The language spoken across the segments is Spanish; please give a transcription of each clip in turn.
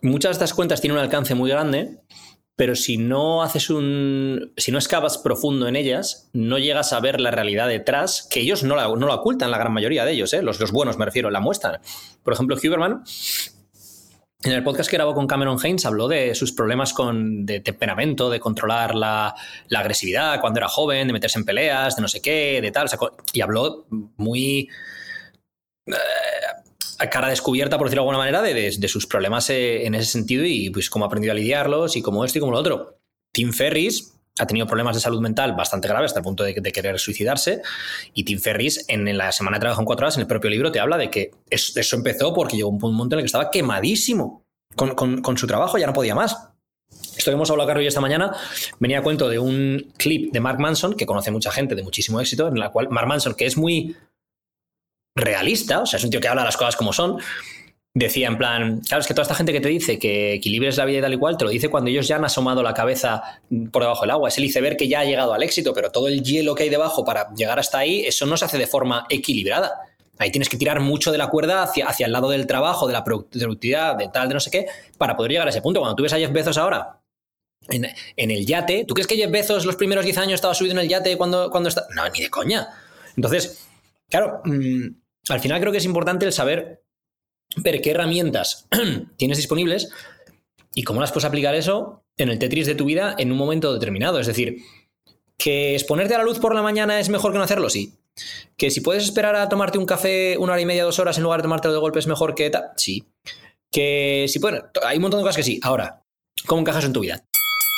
muchas de estas cuentas tienen un alcance muy grande, pero si no excavas profundo en ellas, no llegas a ver la realidad detrás, que ellos no la ocultan, la gran mayoría de ellos, los buenos me refiero, la muestran. Por ejemplo, Huberman, en el podcast que grabó con Cameron Hanes, habló de sus problemas de temperamento, de controlar la agresividad cuando era joven, de meterse en peleas, de no sé qué, de tal, y habló muy a cara descubierta, por decirlo de alguna manera, de sus problemas en ese sentido y pues cómo ha aprendido a lidiarlos y cómo esto y cómo lo otro. Tim Ferriss ha tenido problemas de salud mental bastante graves hasta el punto de querer suicidarse, y Tim Ferriss en la semana de trabajo en 4 horas, en el propio libro te habla de que eso empezó porque llegó un momento en el que estaba quemadísimo con su trabajo, ya no podía más. Esto que hemos hablado, Carlos, y esta mañana venía a cuento de un clip de Mark Manson, que conoce mucha gente de muchísimo éxito, en la cual Mark Manson, que es muy realista, o sea, es un tío que habla las cosas como son, decía en plan, claro, es que toda esta gente que te dice que equilibres la vida y tal y cual, te lo dice cuando ellos ya han asomado la cabeza por debajo del agua. Es el iceberg que ya ha llegado al éxito, pero todo el hielo que hay debajo para llegar hasta ahí, eso no se hace de forma equilibrada. Ahí tienes que tirar mucho de la cuerda hacia el lado del trabajo, de la productividad, de tal, de no sé qué, para poder llegar a ese punto. Cuando tú ves a Jeff Bezos ahora en el yate, ¿tú crees que Jeff Bezos los primeros 10 años estaba subido en el yate cuando está? No, ni de coña. Entonces, claro, al final creo que es importante el saber ver qué herramientas tienes disponibles y cómo las puedes aplicar eso en el Tetris de tu vida en un momento determinado. Es decir, que exponerte a la luz por la mañana es mejor que no hacerlo, sí. Que si puedes esperar a tomarte un café 1 hora y media, 2 horas en lugar de tomártelo de golpe es mejor que tal, sí. Que si puedes, hay un montón de cosas que sí. Ahora, ¿cómo encajas en tu vida?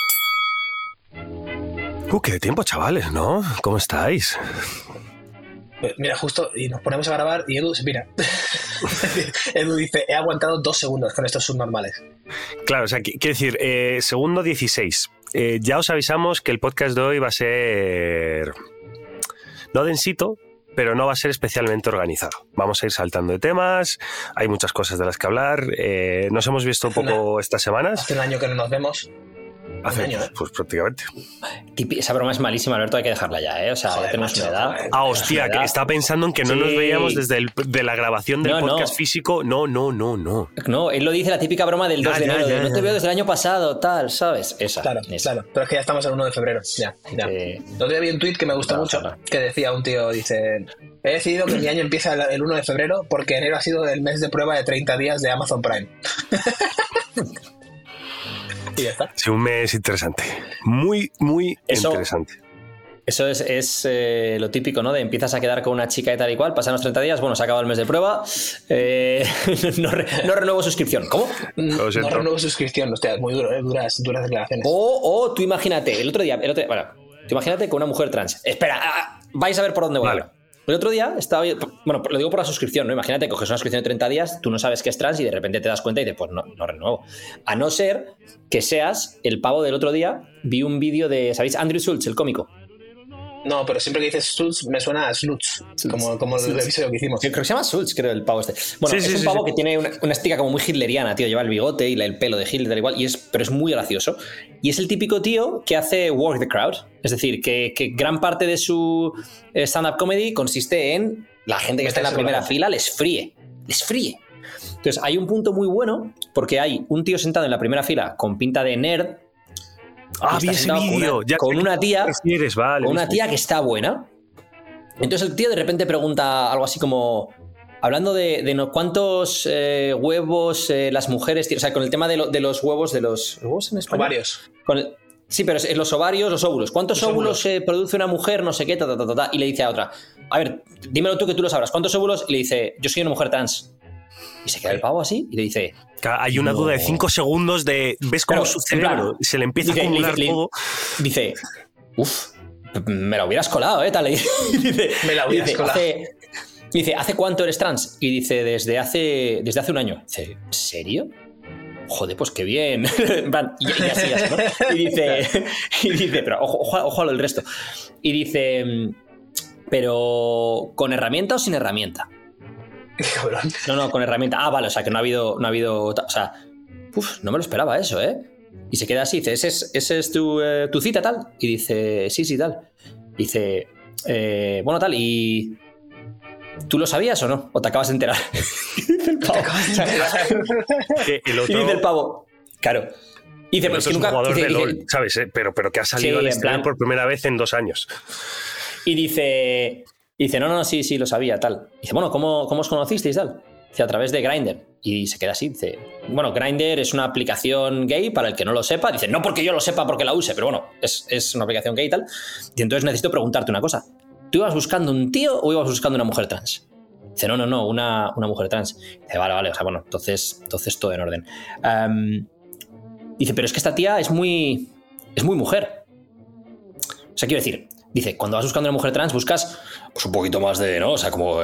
Qué tiempo, chavales, ¿no? ¿Cómo estáis? Pues mira, justo, y nos ponemos a grabar y Edu, mira, Edu dice, he aguantado 2 segundos con estos subnormales. Claro, o sea, quiero decir, segundo 16. Ya os avisamos que el podcast de hoy va a ser no densito, pero no va a ser especialmente organizado. Vamos a ir saltando de temas, hay muchas cosas de las que hablar. Nos hemos visto un poco estas semanas. Hace un año que no nos vemos. Hace un año, pues prácticamente. Esa broma es malísima, Alberto, hay que dejarla ya, ¿eh? O sea, ya tenemos una edad. Hostia, que estaba pensando en que no nos veíamos desde de la grabación del podcast físico. No. No, él lo dice la típica broma del 2 de enero, no te veo desde el año pasado, tal, ¿sabes? Esa. Claro, pero es que ya estamos el 1 de febrero, ya. El otro día vi un tuit que me gustó mucho, que decía un tío, dice, he decidido que mi año empieza el 1 de febrero porque enero ha sido el mes de prueba de 30 días de Amazon Prime. Y ya está. Sí, un mes interesante. Muy interesante. Eso es lo típico, ¿no? De empiezas a quedar con una chica y tal y cual, pasan los 30 días, bueno, se ha acabado el mes de prueba, no renuevo suscripción. ¿Cómo? No renuevo suscripción, hostia, muy duro, duras declaraciones. O tú imagínate, el otro día, bueno, tú imagínate con una mujer trans. Espera, vais a ver por dónde voy. Vale. El otro día estaba, bueno, lo digo por la suscripción, ¿no? Imagínate, coges una suscripción de 30 días, tú no sabes que es trans y de repente te das cuenta y dices, pues no renuevo. A no ser que seas el pavo del otro día, vi un vídeo de, ¿sabéis? Andrew Schultz, el cómico. No, pero siempre que dices Schultz me suena a Slutz, como el episodio que hicimos. Creo que se llama Schultz, creo, el pavo este. Bueno, es un pavo que tiene una estética como muy hitleriana, tío. Lleva el bigote y el pelo de Hitler, tal igual, pero es muy gracioso. Y es el típico tío que hace work the crowd. Es decir, que gran parte de su stand-up comedy consiste en la gente que está en la primera fila les fríe. Entonces, hay un punto muy bueno porque hay un tío sentado en la primera fila con pinta de nerd. Vi ese vídeo. Con una tía que está buena. Entonces el tío de repente pregunta algo así como, hablando de cuántos huevos las mujeres tienen, o sea, con el tema de los huevos, de los huevos en español. Ovarios. Sí, pero es los ovarios, los óvulos. ¿Cuántos óvulos produce una mujer? No sé qué, y le dice a otra, a ver, dímelo tú que tú lo sabrás. ¿Cuántos óvulos? Y le dice, yo soy una mujer trans. Y se queda el pavo así y le dice... Hay una duda de 5 segundos de... ¿Ves cómo su cerebro se le empieza a acumular todo? Dice, me la hubieras colado, ¿eh? Tal. Dice, me la hubieras colado. Dice, ¿hace cuánto eres trans? Y dice, desde hace un año. Dice, ¿en serio? Joder, pues qué bien. y así, ¿no? Y dice, pero ojo a lo del resto. Y dice, pero ¿con herramienta o sin herramienta? Cabrón. No, con herramienta. Ah, vale, o sea, que no ha habido... O sea, no me lo esperaba eso, ¿eh? Y se queda así, dice, ¿ese es tu cita, tal? Y dice, sí, tal. Dice, bueno, tal, y ¿Tú lo sabías o no? ¿O te acabas de enterar? Dice el pavo. El otro... Y dice el pavo. Claro. Y dice, pero es que nunca... jugador de LOL, ¿sabes? Pero que ha salido al exterior por primera vez en 2 años. Y dice, no, sí, lo sabía, tal. Dice, bueno, ¿cómo os conocisteis, tal? Dice, a través de Grindr. Y se queda así, dice, bueno, Grindr es una aplicación gay, para el que no lo sepa. Dice, no porque yo lo sepa, porque la use, pero bueno, es una aplicación gay y tal. Y entonces necesito preguntarte una cosa. ¿Tú ibas buscando un tío o ibas buscando una mujer trans? Dice, no, una mujer trans. Dice, vale, o sea, bueno, entonces todo en orden. Dice, pero es que esta tía es muy mujer. O sea, quiero decir, dice, cuando vas buscando una mujer trans buscas pues un poquito más de, ¿no? O sea, como...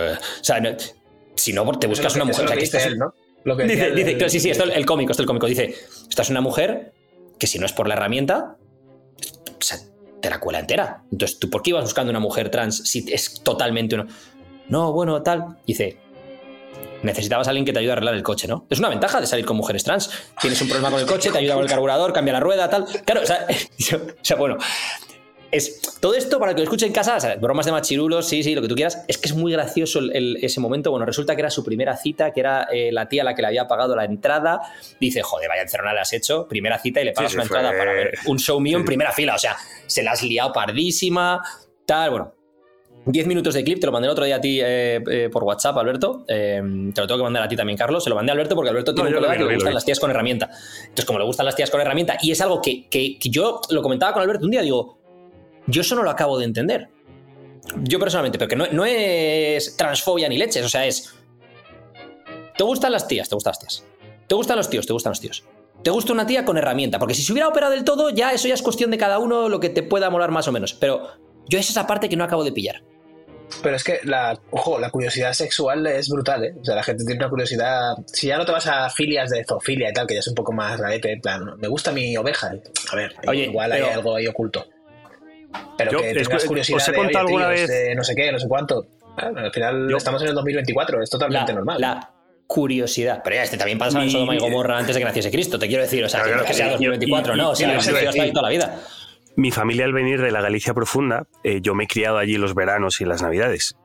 si no, te buscas una mujer... Lo que dice él, ¿no? Lo que dice, claro, sí, esto es el cómico. Dice, esta es una mujer que si no es por la herramienta, o sea, te la cuela entera. Entonces, ¿tú por qué ibas buscando una mujer trans si es totalmente una... No, bueno, tal. Dice, necesitabas a alguien que te ayude a arreglar el coche, ¿no? Es una ventaja de salir con mujeres trans. Tienes un problema con el coche, te ayuda con el carburador, cambia la rueda, tal. Claro, o sea bueno... todo esto, para que lo escuche en casa, o sea, bromas de machirulos, sí, lo que tú quieras, es que es muy gracioso ese momento. Bueno, resulta que era su primera cita, que era la tía a la que le había pagado la entrada. Dice, joder, vaya encerrona le has hecho, primera cita y le pagas una entrada para ver un show mío en primera fila. O sea, se la has liado pardísima, tal, bueno. 10 minutos de clip, te lo mandé el otro día a ti por WhatsApp, Alberto. Te lo tengo que mandar a ti también, Carlos. Se lo mandé a Alberto porque Alberto tiene un colega que le gustan las tías con herramienta. Entonces, como le gustan las tías con herramienta, y es algo que yo lo comentaba con Alberto un día, digo, yo eso no lo acabo de entender. Yo personalmente, pero que no es transfobia ni leches, o sea, es... ¿Te gustan las tías? Te gustan las tías. ¿Te gustan los tíos? Te gustan los tíos. ¿Te gusta una tía con herramienta? Porque si se hubiera operado del todo, ya eso ya es cuestión de cada uno, lo que te pueda molar más o menos. Pero yo es esa parte que no acabo de pillar. Pero es que la curiosidad sexual es brutal, ¿eh? O sea, la gente tiene una curiosidad... Si ya no te vas a filias de zoofilia y tal, que ya es un poco más rarete, en plan, me gusta mi oveja. A ver, oye, igual hay algo ahí oculto. Pero que tengas curiosidad os he contado alguna vez de no sé qué, no sé cuánto. Al final estamos en el 2024, es totalmente normal. La curiosidad. Pero ya, también pasa en Sodoma y Gomorra antes de que naciese Cristo, te quiero decir. O sea, que sea 2024, no. O sea, la curiosidad está ahí toda la vida. Mi familia, al venir de la Galicia profunda, yo me he criado allí los veranos y las navidades.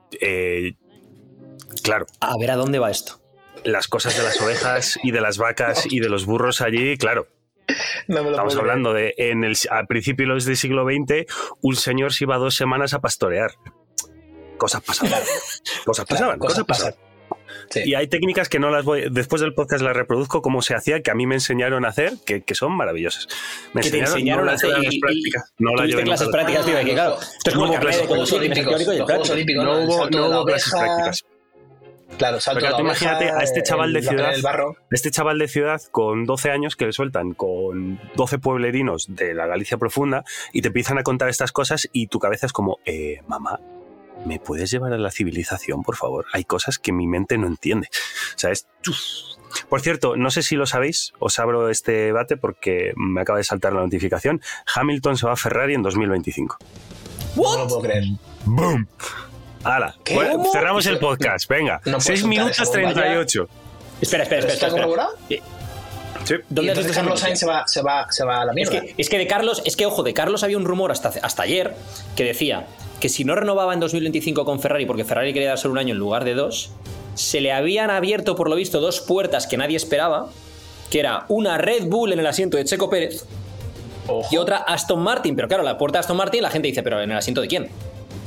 Claro. A ver, ¿a dónde va esto? Las cosas de las ovejas y de las vacas y de los burros allí, claro. No me lo Estamos hablando de, a principios del siglo XX, un señor se iba 2 semanas a pastorear. Cosas pasaban. Cosas pasaban. Sí. Y hay técnicas que no las voy... Después del podcast las reproduzco como se hacía, que a mí me enseñaron a hacer, que son maravillosas. Me enseñaron a hacer no la llevé clases prácticas, tío, que claro. Esto es como el carnet de conducir, tienes el teórico y el práctico. No hubo clases prácticas. Claro, salto pero la oveja, imagínate a este chaval de ciudad con 12 años que le sueltan con 12 pueblerinos de la Galicia profunda y te empiezan a contar estas cosas y tu cabeza es como, mamá, ¿me puedes llevar a la civilización, por favor? Hay cosas que mi mente no entiende. O sea, Por cierto, no sé si lo sabéis, os abro este debate porque me acaba de saltar la notificación. Hamilton se va a Ferrari en 2025. ¿What? No lo puedo creer. ¡Boom! ¡Hala! Bueno, cerramos el podcast, venga. No 6 minutos 38. Espera. ¿Está corroborado? Sí. ¿Dónde es que Carlos Sainz se va a la mierda? Es que de Carlos había un rumor hasta ayer que decía que si no renovaba en 2025 con Ferrari, porque Ferrari quería dar solo un año en lugar de 2, se le habían abierto por lo visto 2 puertas que nadie esperaba, que era una Red Bull en el asiento de Checo Pérez. Ojo. Y otra Aston Martin. Pero claro, la puerta de Aston Martin, la gente dice, ¿pero en el asiento de quién?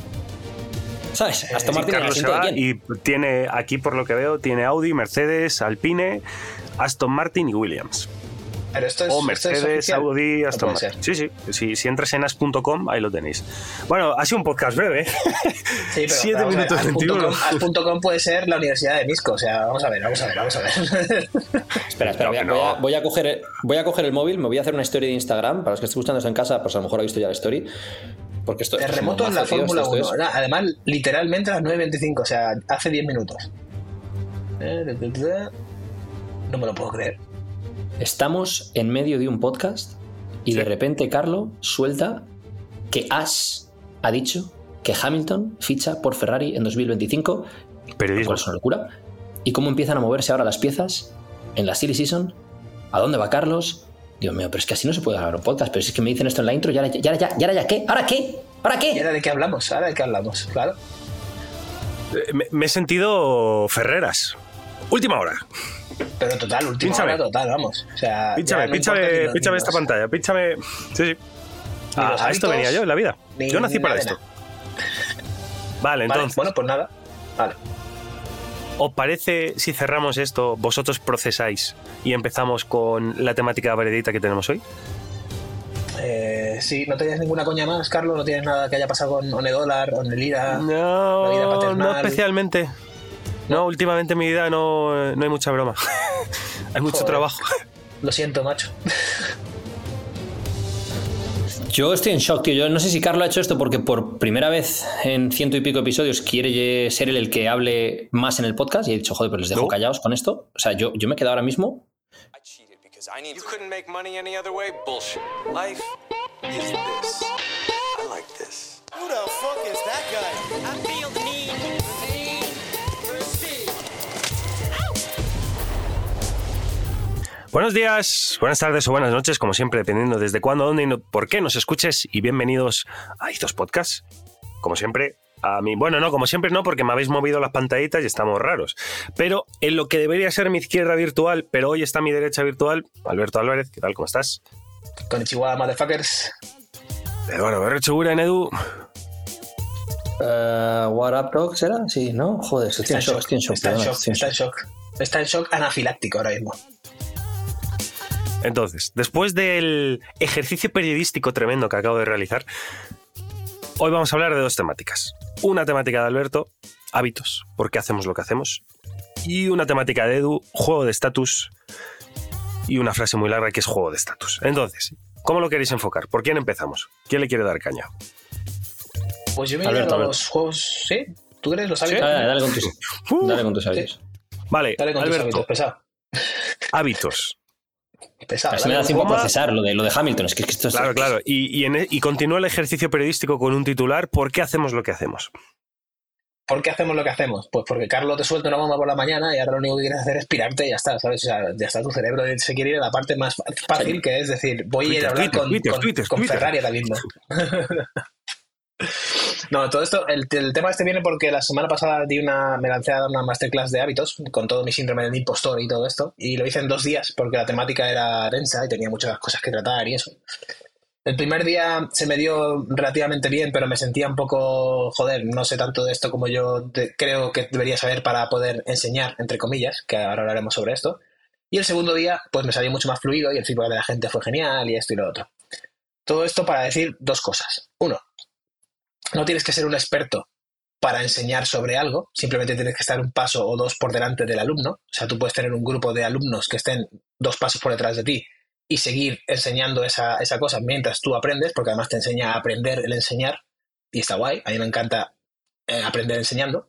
¿Sabes? Aston Martin en el asiento de quién. Y tiene, aquí por lo que veo, tiene Audi, Mercedes, Alpine, Aston Martin y Williams. Pero esto es, Mercedes, Audi, Aston Martin. Sí. Si entras en as.com, ahí lo tenéis. Bueno, ha sido un podcast breve. Sí, pero 7 minutos 21. As.com puede ser la Universidad de Misco. O sea, vamos a ver. Espera. Voy a coger el móvil, me voy a hacer una story de Instagram. Para los que estén escuchando esto en casa, pues a lo mejor ha visto ya la story. Porque esto terremoto en la Fórmula 1. Además, literalmente a las 9:25. O sea, hace 10 minutos. No me lo puedo creer. Estamos en medio de un podcast y de repente Carlo suelta que As ha dicho que Hamilton ficha por Ferrari en 2025. Periodismo. Es una locura. ¿Y cómo empiezan a moverse ahora las piezas en la silly season? ¿A dónde va Carlos? Dios mío, pero es que así no se puede grabar un podcast. Pero si es que me dicen esto en la intro, ¿y ahora ya qué? ¿Ahora qué? ¿Y ahora de qué hablamos? Claro. Me he sentido Ferreras. Última hora. Pero total, última hora total, vamos. O sea, pínchame esta pantalla, pínchame. Sí. A esto venía yo en la vida. Yo nací para esto. Vale, entonces. Bueno, pues nada. Vale. ¿Os parece si cerramos esto, vosotros procesáis y empezamos con la temática variadita que tenemos hoy? Sí, ¿no tenías ninguna coña más, Carlos? ¿No tienes nada que haya pasado con Onedólar, Onelira? No, la vida paternal? No especialmente. No, últimamente en mi vida no hay mucha broma. Hay mucho trabajo. Lo siento, macho. Yo estoy en shock, tío. Yo no sé si Carlos ha hecho esto porque por primera vez en 100 y pico episodios quiere ser él el que hable más en el podcast y he dicho, joder, pero les dejo callados con esto. O sea, yo me he quedado ahora mismo... You couldn't make money any other way? Bullshit. Life is this. I like this. Who the fuck is that guy? I feel the need for speed. Buenos días, buenas tardes o buenas noches, como siempre, dependiendo desde cuándo, dónde y por qué nos escuches. Y bienvenidos a Izos Podcast. Como siempre, a mí. Bueno, no, como siempre no, porque me habéis movido las pantallitas y estamos raros. Pero en lo que debería ser mi izquierda virtual, pero hoy está mi derecha virtual, Alberto Álvarez, ¿qué tal? ¿Cómo estás? Konnichiwa, motherfuckers. Eduardo Berrechegura en Edu. What up, Doc? ¿Será? Sí, ¿no? Joder, estoy en shock. Está en shock anafiláctico ahora mismo. Entonces, después del ejercicio periodístico tremendo que acabo de realizar, hoy vamos a hablar de dos temáticas. Una temática de Alberto, hábitos, por qué hacemos lo que hacemos. Y una temática de Edu, juego de estatus. Y una frase muy larga que es juego de estatus. Entonces, ¿cómo lo queréis enfocar? ¿Por quién empezamos? ¿Quién le quiere dar caña? Pues yo me voy a los juegos... ¿Sí? ¿Tú crees los hábitos? Dale con tus hábitos. Vale, dale con Alberto, tus hábitos, pesado. Hábitos. Pesado. Así me da tiempo a procesar lo de Hamilton. Es que esto es... Claro. Y continúa el ejercicio periodístico con un titular. ¿Por qué hacemos lo que hacemos? ¿Por qué hacemos lo que hacemos? Pues porque Carlos te suelta una bomba por la mañana y ahora lo único que quieres hacer es pirarte y ya está, ¿sabes? O sea, ya está, tu cerebro se quiere ir a la parte más fácil, que es decir, voy a ir a hablar con Ferrari ahora mismo. No, todo esto, el tema este viene porque la semana pasada me lancé a dar una masterclass de hábitos con todo mi síndrome del impostor y todo esto, y lo hice en 2 días porque la temática era densa y tenía muchas cosas que tratar y eso. El primer día se me dio relativamente bien, pero me sentía un poco, no sé tanto de esto como yo creo que debería saber para poder enseñar, entre comillas, que ahora hablaremos sobre esto. Y el segundo día, pues me salió mucho más fluido y el feedback de la gente fue genial y esto y lo otro. Todo esto para decir 2 cosas. 1, no tienes que ser un experto para enseñar sobre algo, simplemente tienes que estar un paso o 2 por delante del alumno. O sea, tú puedes tener un grupo de alumnos que estén 2 pasos por detrás de ti y seguir enseñando esa cosa mientras tú aprendes, porque además te enseña a aprender el enseñar y está guay. A mí me encanta aprender enseñando.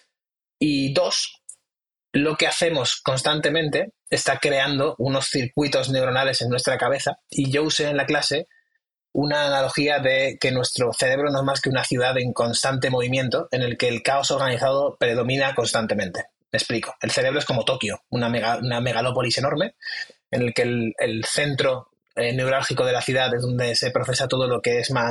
Y 2, lo que hacemos constantemente está creando unos circuitos neuronales en nuestra cabeza y yo usé en la clase una analogía de que nuestro cerebro no es más que una ciudad en constante movimiento en el que el caos organizado predomina constantemente. Me explico. El cerebro es como Tokio, una megalópolis enorme en el que el centro neurálgico de la ciudad es donde se procesa todo lo que es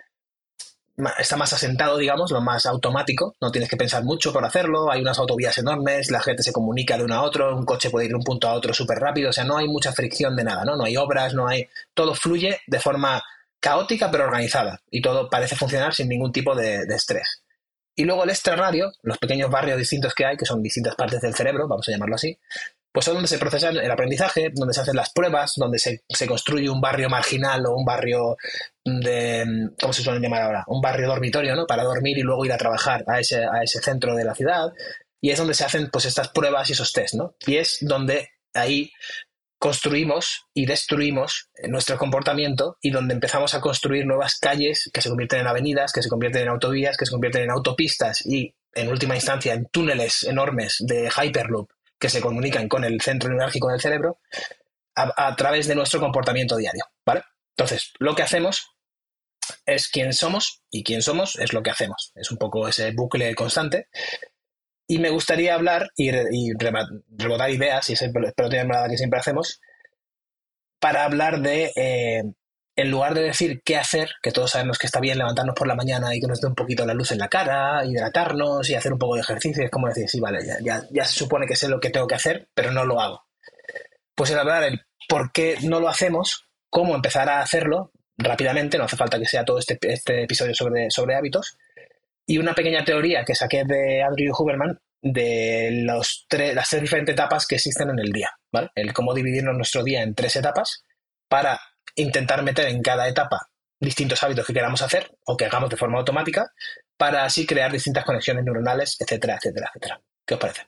está más asentado, digamos, lo más automático. No tienes que pensar mucho por hacerlo. Hay unas autovías enormes, la gente se comunica de uno a otro, un coche puede ir de un punto a otro súper rápido. O sea, no hay mucha fricción de nada, ¿no? No hay obras, todo fluye de forma caótica pero organizada y todo parece funcionar sin ningún tipo de estrés. Y luego el extrarradio, los pequeños barrios distintos que hay, que son distintas partes del cerebro, vamos a llamarlo así, pues son donde se procesa el aprendizaje, donde se hacen las pruebas, donde se construye un barrio marginal o un barrio ¿cómo se suele llamar ahora? Un barrio dormitorio, ¿no? Para dormir y luego ir a trabajar a ese centro de la ciudad. Y es donde se hacen pues estas pruebas y esos test, ¿no? Y es donde ahí construimos y destruimos nuestro comportamiento y donde empezamos a construir nuevas calles que se convierten en avenidas, que se convierten en autovías, que se convierten en autopistas y, en última instancia, en túneles enormes de Hyperloop que se comunican con el centro neurálgico del cerebro a través de nuestro comportamiento diario, ¿vale? Entonces, lo que hacemos es quién somos y quién somos es lo que hacemos. Es un poco ese bucle constante. Y me gustaría hablar y rebotar ideas, y ese pelotear que siempre hacemos, para hablar de en lugar de decir qué hacer, que todos sabemos que está bien levantarnos por la mañana y que nos dé un poquito la luz en la cara, hidratarnos y hacer un poco de ejercicio, es como decir, sí, vale, ya se supone que sé lo que tengo que hacer, pero no lo hago. Pues el hablar el por qué no lo hacemos, cómo empezar a hacerlo rápidamente, no hace falta que sea todo este episodio sobre hábitos, y una pequeña teoría que saqué de Andrew Huberman de las tres diferentes etapas que existen en el día, ¿vale? El cómo dividirnos nuestro día en 3 etapas para intentar meter en cada etapa distintos hábitos que queramos hacer o que hagamos de forma automática para así crear distintas conexiones neuronales, etcétera, etcétera, etcétera. ¿Qué os parece?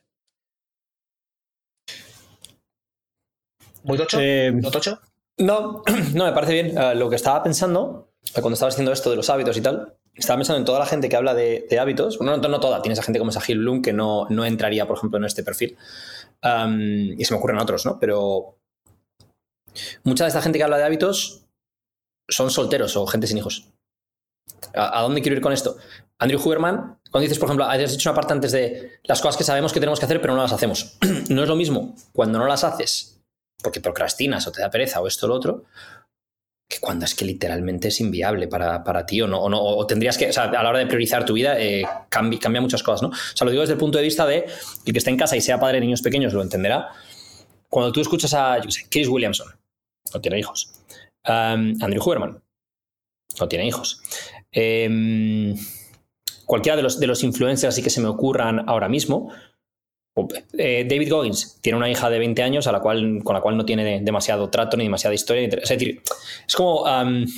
¿Muy tocho? ¿No tocho? No, me parece bien. Lo que estaba pensando, cuando estabas haciendo esto de los hábitos y tal, estaba pensando en toda la gente que habla de hábitos. Bueno, no toda. Tienes a gente como Sahil Bloom que no entraría, por ejemplo, en este perfil. Y se me ocurren otros, ¿no? Pero mucha de esta gente que habla de hábitos son solteros o gente sin hijos. ¿A dónde quiero ir con esto? Andrew Huberman, cuando dices, por ejemplo, has dicho una parte antes de las cosas que sabemos que tenemos que hacer pero no las hacemos. No es lo mismo cuando no las haces porque procrastinas o te da pereza o esto o lo otro, que cuando es que literalmente es inviable para ti o tendrías que, o sea, a la hora de priorizar tu vida cambia muchas cosas, ¿no? O sea, lo digo desde el punto de vista de el que está en casa y sea padre de niños pequeños lo entenderá. Cuando tú escuchas a, yo qué sé, Chris Williamson, no tiene hijos. Andrew Huberman, no tiene hijos. Cualquiera de los influencers así que se me ocurran ahora mismo. David Goggins tiene una hija de 20 años con la cual no tiene demasiado trato ni demasiada historia. Es decir, es como...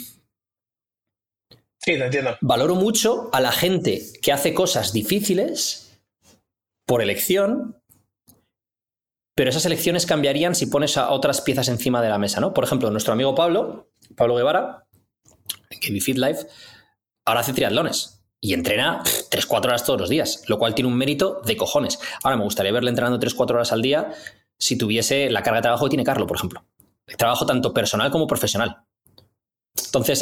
sí, lo entiendo. Valoro mucho a la gente que hace cosas difíciles por elección, pero esas elecciones cambiarían si pones a otras piezas encima de la mesa, ¿no? Por ejemplo, nuestro amigo Pablo Guevara, que vi Fit Life, ahora hace triatlones. Y entrena 3-4 horas todos los días, lo cual tiene un mérito de cojones. Ahora me gustaría verle entrenando 3-4 horas al día si tuviese la carga de trabajo que tiene Carlo, por ejemplo. El trabajo tanto personal como profesional. Entonces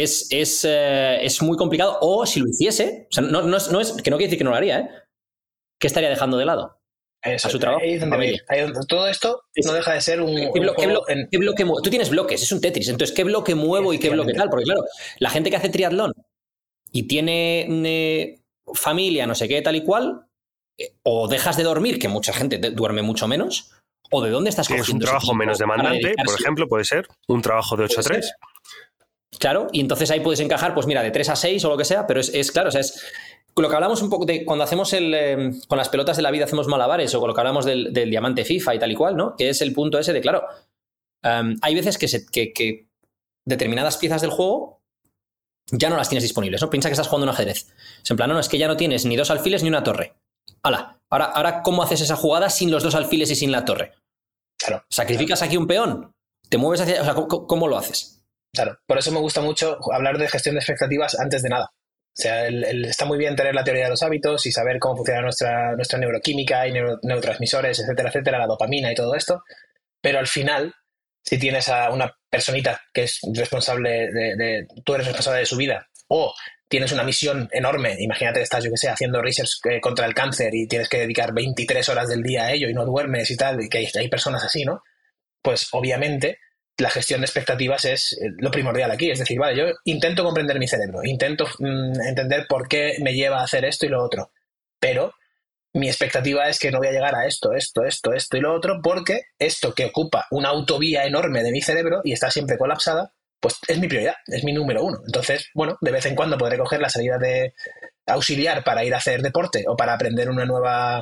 es muy complicado. O si lo hiciese, o sea, no es que no quiere decir que no lo haría, ¿eh? ¿Qué estaría dejando de lado? Eso, a su trabajo. Todo esto no deja de ser un... ¿Qué bloque tú tienes bloques, es un Tetris. Entonces, ¿qué bloque muevo y qué bloque tal? Porque claro, la gente que hace triatlón y tiene familia, no sé qué, tal y cual, o dejas de dormir, que mucha gente duerme mucho menos, o de dónde estás cogiendo un trabajo menos demandante, por ejemplo, puede ser un trabajo de 8 a 3. Claro, y entonces ahí puedes encajar, pues mira, de 3 a 6 o lo que sea, pero es claro, o sea, es lo que hablamos un poco de cuando hacemos con las pelotas de la vida hacemos malabares, o con lo que hablamos del diamante FIFA y tal y cual, ¿no? Que es el punto ese de, claro, hay veces que determinadas piezas del juego ya no las tienes disponibles, ¿no? Piensa que estás jugando un ajedrez. Es en plan, no, es que ya no tienes ni 2 alfiles ni una torre. ¡Hala! Ahora, ¿cómo haces esa jugada sin los 2 alfiles y sin la torre? Claro. ¿Sacrificas aquí un peón? ¿Te mueves hacia...? O sea, ¿cómo lo haces? Claro. Por eso me gusta mucho hablar de gestión de expectativas antes de nada. O sea, está muy bien tener la teoría de los hábitos y saber cómo funciona nuestra neuroquímica y neurotransmisores, etcétera, etcétera, la dopamina y todo esto. Pero al final, si tienes a una personita que es responsable tú eres responsable de su vida, o tienes una misión enorme, imagínate que estás, yo que sé, haciendo research contra el cáncer y tienes que dedicar 23 horas del día a ello y no duermes y tal, y que hay personas así, ¿no? Pues obviamente la gestión de expectativas es lo primordial aquí. Es decir, vale, yo intento comprender mi cerebro, intento entender por qué me lleva a hacer esto y lo otro, pero mi expectativa es que no voy a llegar a esto y lo otro, porque esto que ocupa una autovía enorme de mi cerebro y está siempre colapsada, pues es mi prioridad, es mi número 1. Entonces, bueno, de vez en cuando podré coger la salida de auxiliar para ir a hacer deporte o para aprender una nueva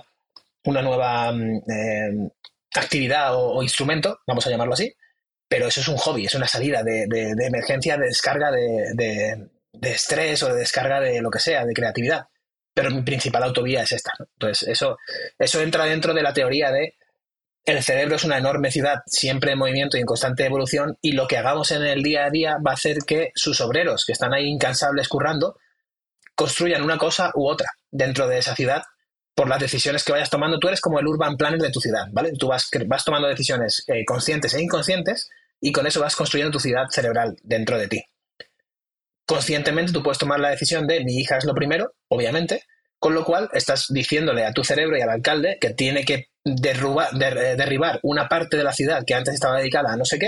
actividad o instrumento, vamos a llamarlo así, pero eso es un hobby, es una salida de emergencia, de descarga de estrés o de descarga de lo que sea, de creatividad. Pero mi principal autovía es esta, ¿no? Entonces, eso entra dentro de la teoría de el cerebro es una enorme ciudad siempre en movimiento y en constante evolución, y lo que hagamos en el día a día va a hacer que sus obreros, que están ahí incansables currando, construyan una cosa u otra dentro de esa ciudad por las decisiones que vayas tomando. Tú eres como el urban planner de tu ciudad, ¿vale? Tú vas tomando decisiones conscientes e inconscientes y con eso vas construyendo tu ciudad cerebral dentro de ti. Conscientemente tú puedes tomar la decisión de mi hija es lo primero, obviamente, con lo cual estás diciéndole a tu cerebro y al alcalde que tiene que derribar una parte de la ciudad que antes estaba dedicada a no sé qué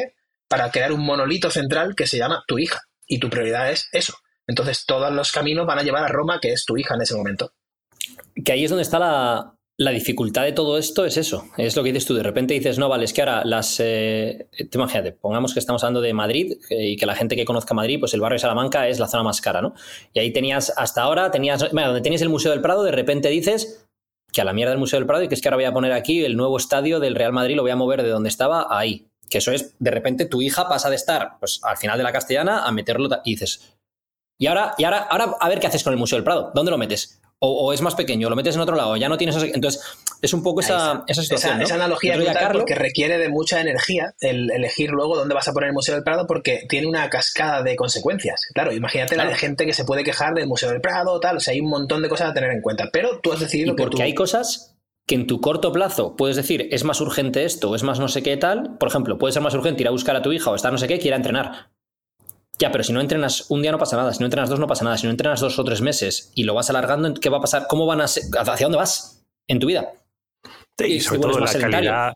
para crear un monolito central que se llama tu hija. Y tu prioridad es eso. Entonces todos los caminos van a llevar a Roma, que es tu hija en ese momento. Que ahí es donde está la dificultad de todo esto, es eso. Es lo que dices tú. De repente dices, no, vale, es que ahora imagínate, pongamos que estamos hablando de Madrid y que la gente que conozca Madrid, pues el barrio de Salamanca es la zona más cara, ¿no? Y ahí hasta ahora donde tenías el Museo del Prado, de repente dices que a la mierda del Museo del Prado y que es que ahora voy a poner aquí el nuevo estadio del Real Madrid, lo voy a mover de donde estaba ahí. Que eso es, de repente tu hija pasa de estar pues al final de la Castellana a meterlo y dices, y ahora a ver qué haces con el Museo del Prado, ¿dónde lo metes? O es más pequeño, lo metes en otro lado, ya no tienes... Entonces, es un poco esa situación, ¿no? Esa analogía es brutal porque requiere de mucha energía el elegir luego dónde vas a poner el Museo del Prado, porque tiene una cascada de consecuencias. Claro, imagínate la gente que se puede quejar del Museo del Prado, tal, o sea, hay un montón de cosas a tener en cuenta, pero tú has decidido y porque hay cosas que en tu corto plazo puedes decir, es más urgente esto, o es más no sé qué tal. Por ejemplo, puede ser más urgente ir a buscar a tu hija o estar no sé qué, quiera entrenar. Ya, pero si no entrenas un día no pasa nada, si no entrenas 2 no pasa nada, si no entrenas 2 o 3 meses y lo vas alargando, ¿qué va a pasar? ¿Cómo van a ser? ¿Hacia dónde vas en tu vida? Sí, y sobre todo la calidad,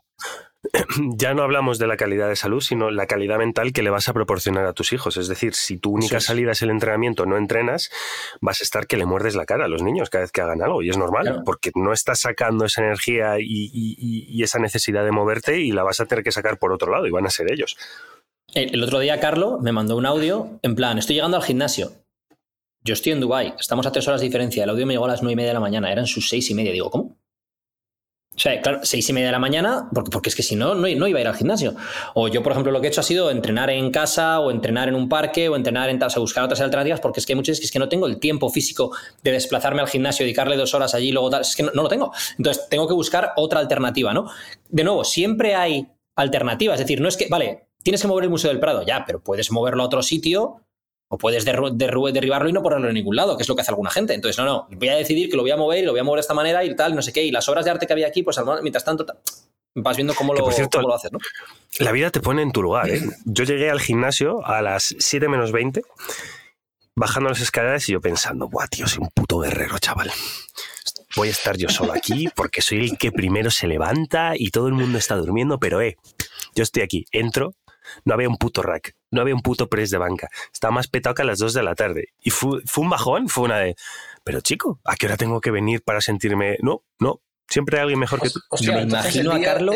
ya no hablamos de la calidad de salud, sino la calidad mental que le vas a proporcionar a tus hijos. Es decir, si tu única salida es el entrenamiento, no entrenas, vas a estar que le muerdes la cara a los niños cada vez que hagan algo, y es normal, porque no estás sacando esa energía y esa necesidad de moverte y la vas a tener que sacar por otro lado y van a ser ellos. El otro día Carlos me mandó un audio en plan, estoy llegando al gimnasio, yo estoy en Dubái, estamos a 3 horas de diferencia, el audio me llegó a las 9:30 de la mañana, eran sus 6:30, digo, ¿cómo? O sea, claro, 6:30 de la mañana, porque es que si no iba a ir al gimnasio. O yo, por ejemplo, lo que he hecho ha sido entrenar en casa o entrenar en un parque o entrenar o sea, buscar otras alternativas, porque es que hay muchas veces que es que no tengo el tiempo físico de desplazarme al gimnasio, dedicarle 2 horas allí y luego tal, es que no lo tengo. Entonces tengo que buscar otra alternativa, ¿no? De nuevo, siempre hay alternativas, es decir, no es que, vale, tienes que mover el Museo del Prado, ya, pero puedes moverlo a otro sitio o puedes derribarlo y no ponerlo en ningún lado, que es lo que hace alguna gente. Entonces, no, voy a decidir que lo voy a mover y lo voy a mover de esta manera y tal, no sé qué. Y las obras de arte que había aquí, pues mientras tanto vas viendo cómo lo haces, ¿no? La vida te pone en tu lugar, ¿eh? Yo llegué al gimnasio a las 7 menos 20, bajando las escaleras y yo pensando, buah, tío, soy un puto guerrero, chaval. Voy a estar yo solo aquí porque soy el que primero se levanta y todo el mundo está durmiendo, pero yo estoy aquí, entro, no había un puto rack, no había un puto press de banca, estaba más petado que a las 2 de la tarde y fue un bajón, fue una de, pero chico, ¿a qué hora tengo que venir para sentirme? No, siempre hay alguien mejor que tú. Hostia, me imagino a Carlos...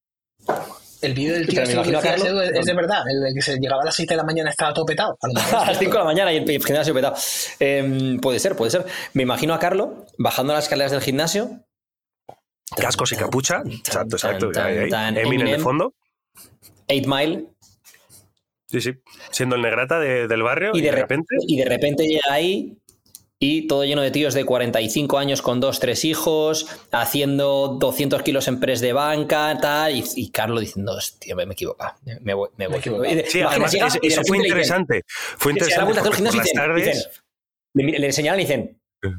El vídeo del tío es de verdad, el que se llegaba a las 7 de la mañana estaba todo petado. A las 5 de la mañana y el gimnasio petado. Puede ser. Me imagino a Carlos bajando las escaleras del gimnasio. Cascos y capucha. Exacto. Eminem de fondo. 8 Mile. Sí. Siendo el negrata del barrio y de repente llega ahí y todo lleno de tíos de 45 años con 2-3 hijos, haciendo 200 kilos en press de banca, tal, y Carlos diciendo, hostia, me he equivocado, me voy. Sí, además, eso fue interesante. Fue interesante porque por las tardes... Le enseñaron y dicen...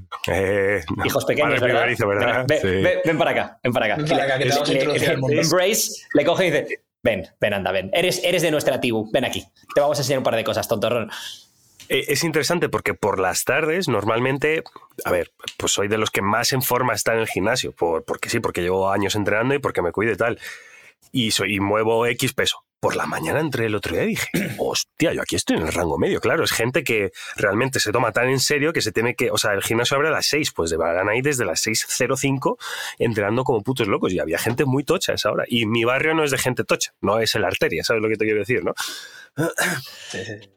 hijos pequeños, ¿verdad? Ven para acá. Que te vamos a introducir al mundo. Embrace, le coge y dice, ven, anda, ven. Eres de nuestra tribu, ven aquí. Te vamos a enseñar un par de cosas, tontorrón. Es interesante porque por las tardes normalmente, a ver, pues soy de los que más en forma está en el gimnasio, porque sí, porque llevo años entrenando y porque me cuido y tal, y muevo X peso. Por la mañana entré el otro día y dije, hostia, yo aquí estoy en el rango medio. Claro, es gente que realmente se toma tan en serio que se tiene que... O sea, el gimnasio abre a las 6, pues van ahí desde las 6:05 entrenando como putos locos. Y había gente muy tocha a esa hora. Y mi barrio no es de gente tocha, no es el Arteria, ¿sabes lo que te quiero decir, no? Sí.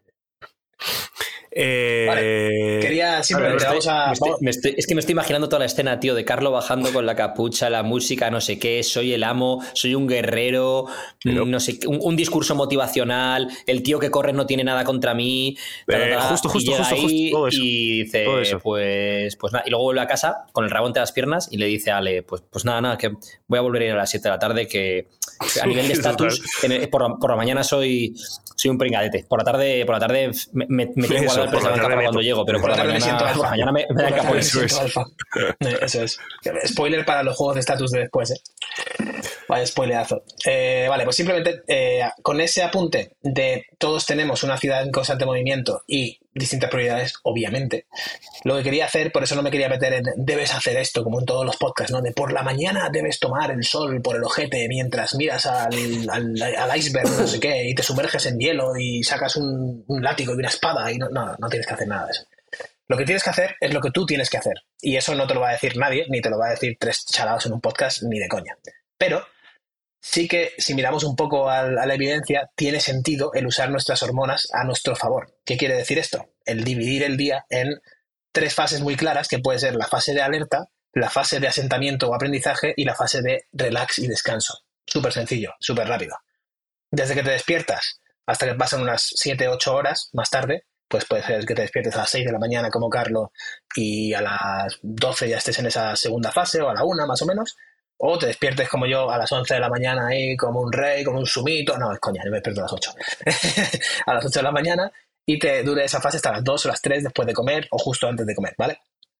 Vale. Quería simplemente es que me estoy imaginando toda la escena, tío, de Carlos bajando con la capucha, la música, no sé qué, soy el amo, soy un guerrero, no sé, un discurso motivacional, el tío que corre no tiene nada contra mí, justo todo eso, y dice, todo eso. Pues nada, y luego vuelve a casa con el rabo entre las piernas y le dice a Ale, pues nada, que voy a volver a ir a las 7 de la tarde, que a nivel de estatus por la mañana soy un pringadete, por la tarde me tengo guardado el precio de banca para cuando llego, pero por la mañana me dan capo. Eso es. Spoiler para los juegos de estatus de después, Vaya spoileazo. Vale, pues simplemente con ese apunte de todos tenemos una ciudad en constante movimiento y distintas prioridades, obviamente. Lo que quería hacer, por eso no me quería meter en debes hacer esto, como en todos los podcasts, ¿no? De por la mañana debes tomar el sol por el ojete mientras miras al iceberg, no sé qué, y te sumerges en hielo y sacas un látigo y una espada y no tienes que hacer nada de eso. Lo que tienes que hacer es lo que tú tienes que hacer. Y eso no te lo va a decir nadie, ni te lo va a decir 3 chalados en un podcast, ni de coña. Pero sí que, si miramos un poco a la evidencia, tiene sentido el usar nuestras hormonas a nuestro favor. ¿Qué quiere decir esto? El dividir el día en 3 fases muy claras, que puede ser la fase de alerta, la fase de asentamiento o aprendizaje y la fase de relax y descanso. Súper sencillo, súper rápido. Desde que te despiertas hasta que pasan unas 7-8 horas más tarde, pues puede ser que te despiertes a las 6 de la mañana como Carlo y a las 12 ya estés en esa segunda fase, o a la 1 más o menos, o te despiertes como yo a las 11 de la mañana ahí como un rey, como un sumito, no, es coña, yo me despierto a las 8 a las 8 de la mañana, y te dure esa fase hasta las 2 o las 3 después de comer o justo antes de comer, ¿vale?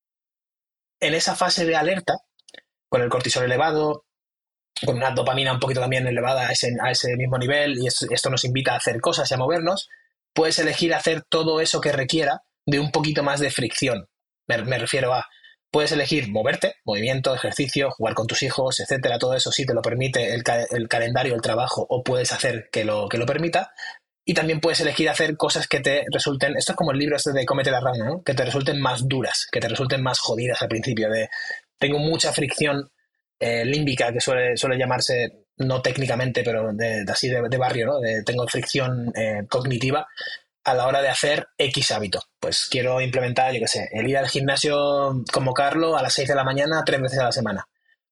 En esa fase de alerta, con el cortisol elevado, con una dopamina un poquito también elevada a ese mismo nivel, y esto nos invita a hacer cosas y a movernos, puedes elegir hacer todo eso que requiera de un poquito más de fricción. Me refiero a, puedes elegir moverte, movimiento, ejercicio, jugar con tus hijos, etcétera, todo eso sí te lo permite el calendario, el trabajo, o puedes hacer que lo permita. Y también puedes elegir hacer cosas que te resulten, esto es como el libro este de Cómete la rana, ¿no? Que te resulten más duras, que te resulten más jodidas al principio, tengo mucha fricción límbica, que suele llamarse, no técnicamente, pero así de barrio, ¿no? Tengo fricción cognitiva a la hora de hacer X hábito. Pues quiero implementar, yo qué sé, el ir al gimnasio como Carlo a las 6 de la mañana 3 veces a la semana.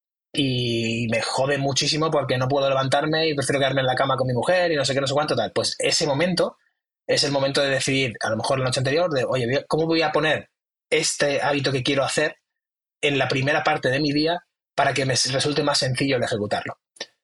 Y me jode muchísimo porque no puedo levantarme y prefiero quedarme en la cama con mi mujer y no sé qué, no sé cuánto, tal. Pues ese momento es el momento de decidir, a lo mejor la noche anterior, de, oye, ¿cómo voy a poner este hábito que quiero hacer en la primera parte de mi día para que me resulte más sencillo el ejecutarlo?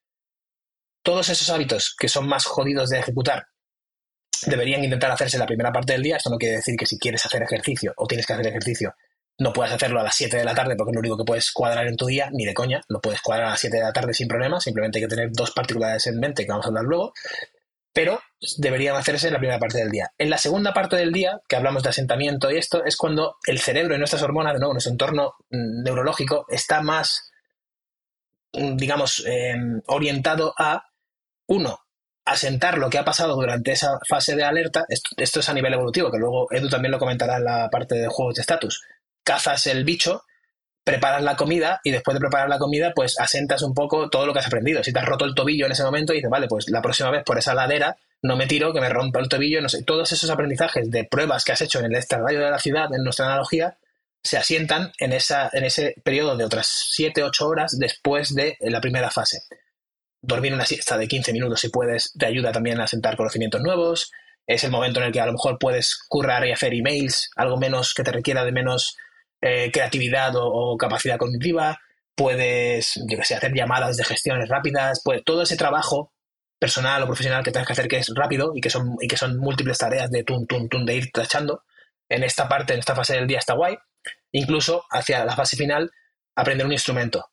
Todos esos hábitos que son más jodidos de ejecutar deberían intentar hacerse en la primera parte del día. Esto no quiere decir que si quieres hacer ejercicio o tienes que hacer ejercicio no puedas hacerlo a las 7 de la tarde porque es lo único que puedes cuadrar en tu día, ni de coña, lo puedes cuadrar a las 7 de la tarde sin problema, simplemente hay que tener 2 particularidades en mente que vamos a hablar luego, pero deberían hacerse en la primera parte del día. En la segunda parte del día, que hablamos de asentamiento y esto, es cuando el cerebro y nuestras hormonas, de nuevo, nuestro entorno neurológico está más, digamos, orientado a, uno, asentar lo que ha pasado durante esa fase de alerta. Esto es a nivel evolutivo, que luego Edu también lo comentará en la parte de juegos de estatus. Cazas el bicho, preparas la comida y después de preparar la comida pues asentas un poco todo lo que has aprendido. Si te has roto el tobillo en ese momento dices, vale, pues la próxima vez por esa ladera no me tiro, que me rompa el tobillo, no sé. Todos esos aprendizajes de pruebas que has hecho en el extrarradio de la ciudad, en nuestra analogía, se asientan en ese periodo de otras 7-8 horas después de la primera fase. Dormir una siesta de 15 minutos si puedes te ayuda también a asentar conocimientos nuevos. Es el momento en el que a lo mejor puedes currar y hacer emails, algo menos que te requiera de menos creatividad o capacidad cognitiva. Puedes, yo que sé, hacer llamadas de gestiones rápidas. Todo ese trabajo personal o profesional que tengas que hacer, que es rápido y que son múltiples tareas de de ir tachando, en esta parte, en esta fase del día está guay. Incluso hacia la fase final, aprender un instrumento,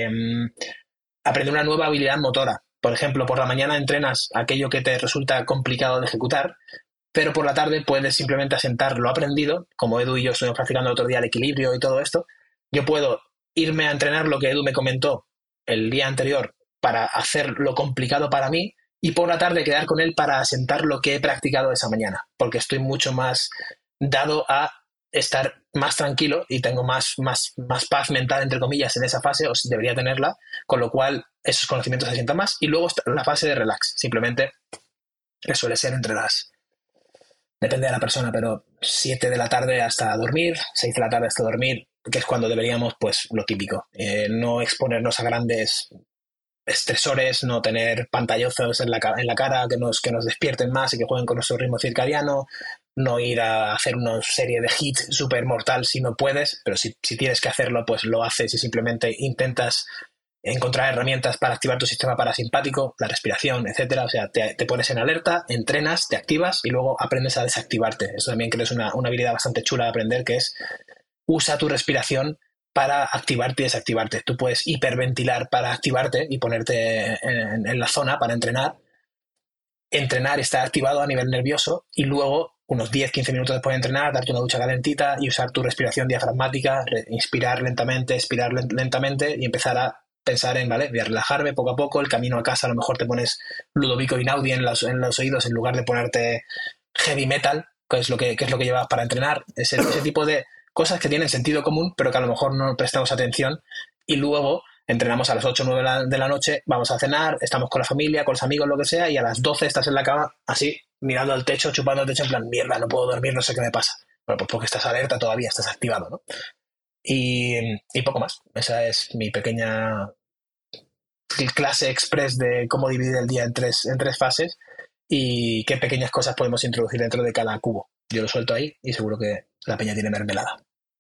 aprender una nueva habilidad motora. Por ejemplo, por la mañana entrenas aquello que te resulta complicado de ejecutar, pero por la tarde puedes simplemente asentar lo aprendido, como Edu y yo estuvimos practicando el otro día el equilibrio y todo esto. Yo puedo irme a entrenar lo que Edu me comentó el día anterior para hacer lo complicado para mí, y por la tarde quedar con él para asentar lo que he practicado esa mañana, porque estoy mucho más dado a estar más tranquilo y tengo más paz mental, entre comillas, en esa fase, o debería tenerla, con lo cual esos conocimientos se asientan más. Y luego está la fase de relax, simplemente que suele ser depende de la persona, pero 7 de la tarde hasta dormir, 6 de la tarde hasta dormir, que es cuando deberíamos, pues lo típico, no exponernos a grandes estresores, no tener pantallazos en la cara que nos despierten más y que jueguen con nuestro ritmo circadiano, no ir a hacer una serie de hits súper mortal si no puedes, pero si tienes que hacerlo, pues lo haces y simplemente intentas encontrar herramientas para activar tu sistema parasimpático, la respiración, etcétera. O sea, te pones en alerta, entrenas, te activas y luego aprendes a desactivarte. Eso también creo que es una habilidad bastante chula de aprender, que es usa tu respiración para activarte y desactivarte. Tú puedes hiperventilar para activarte y ponerte en la zona para entrenar. Entrenar, estar activado a nivel nervioso y luego, unos 10-15 minutos después de entrenar, darte una ducha calentita y usar tu respiración diafragmática, inspirar lentamente, expirar lentamente y empezar a pensar en, vale, voy a relajarme poco a poco. El camino a casa a lo mejor te pones Ludovico Einaudi en los oídos en lugar de ponerte heavy metal, que es lo que llevas para entrenar. Ese tipo de cosas que tienen sentido común, pero que a lo mejor no prestamos atención. Y luego entrenamos a las 8 o 9 de la noche, vamos a cenar, estamos con la familia, con los amigos, lo que sea, y a las 12 estás en la cama, así, mirando al techo, chupando el techo, en plan, mierda, no puedo dormir, no sé qué me pasa. Bueno, pues porque estás alerta todavía, estás activado, ¿no? Y poco más. Esa es mi pequeña clase express de cómo dividir el día en tres fases y qué pequeñas cosas podemos introducir dentro de cada cubo. Yo lo suelto ahí y seguro que la peña tiene mermelada.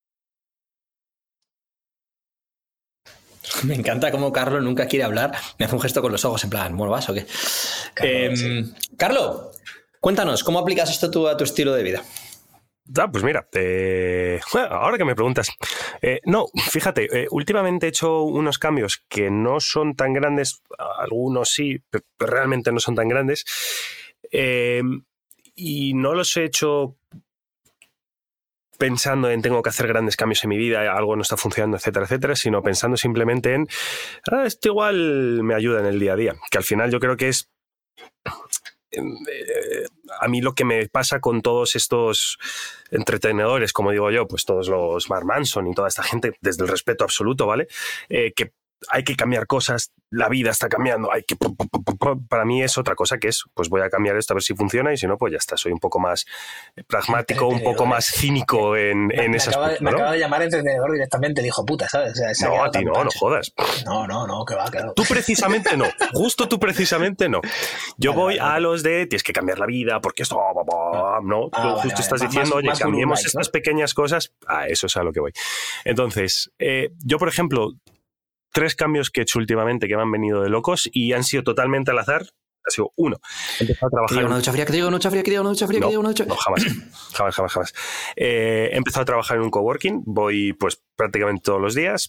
Me encanta cómo Carlos nunca quiere hablar. Me hace un gesto con los ojos en plan, ¿bueno vas o qué? Carlos, cuéntanos, ¿cómo aplicas esto tú a tu estilo de vida? Pues mira, ahora que me preguntas, no, fíjate, últimamente he hecho unos cambios que no son tan grandes, algunos sí, pero realmente no son tan grandes, y no los he hecho pensando en tengo que hacer grandes cambios en mi vida, algo no está funcionando, etcétera, etcétera, sino pensando simplemente en esto igual me ayuda en el día a día, que al final yo creo que es a mí lo que me pasa con todos estos entretenedores, como digo yo, pues todos los Mark Manson y toda esta gente, desde el respeto absoluto, ¿vale? Que hay que cambiar cosas, la vida está cambiando, hay que... Para mí es otra cosa que es, pues voy a cambiar esto a ver si funciona y si no, pues ya está, soy un poco más pragmático, un poco más cínico en ese aspecto, ¿no? Me acaba de llamar entrenador directamente, dijo puta, ¿sabes? O sea, no, a ti no jodas. No, que va. Tú precisamente no, justo tú precisamente no. Yo voy a los de, tienes que cambiar la vida, porque esto, no, tú justo estás diciendo, oye, cambiemos estas pequeñas cosas, eso es a lo que voy. Entonces, yo, por ejemplo, 3 cambios que he hecho últimamente que me han venido de locos y han sido totalmente al azar. Ha sido uno. He empezado a trabajar. Una ducha fría, que te digo una ducha fría. No, jamás. He empezado a trabajar en un coworking. Voy pues prácticamente todos los días.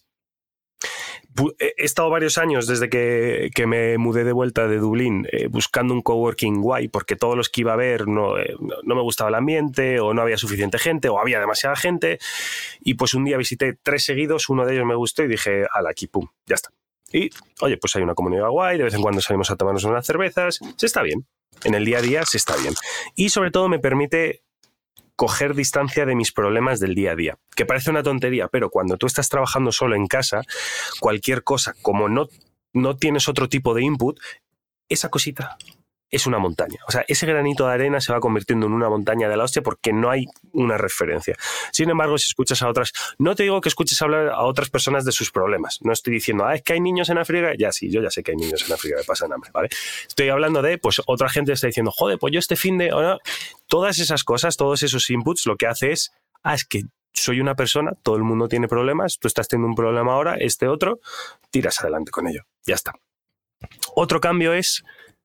He estado varios años desde que me mudé de vuelta de Dublín buscando un coworking guay porque todos los que iba a ver no me gustaba el ambiente o no había suficiente gente o había demasiada gente y pues un día visité 3 seguidos, uno de ellos me gustó y dije, ala, aquí, pum, ya está. Y, oye, pues hay una comunidad guay, de vez en cuando salimos a tomarnos unas cervezas, se está bien, en el día a día se está bien. Y sobre todo me permite coger distancia de mis problemas del día a día, que parece una tontería, pero cuando tú estás trabajando solo en casa, cualquier cosa, como no tienes otro tipo de input, esa cosita es una montaña. O sea, ese granito de arena se va convirtiendo en una montaña de la hostia porque no hay una referencia. Sin embargo, si escuchas a otras... No te digo que escuches hablar a otras personas de sus problemas. No estoy diciendo, es que hay niños en África. Ya sí, yo ya sé que hay niños en África que pasan hambre, ¿vale? Estoy hablando de, pues, otra gente está diciendo, joder, pues yo este fin de... ¿no? Todas esas cosas, todos esos inputs, lo que hace es, es que soy una persona, todo el mundo tiene problemas, tú estás teniendo un problema ahora, este otro, tiras adelante con ello. Ya está. Otro cambio es...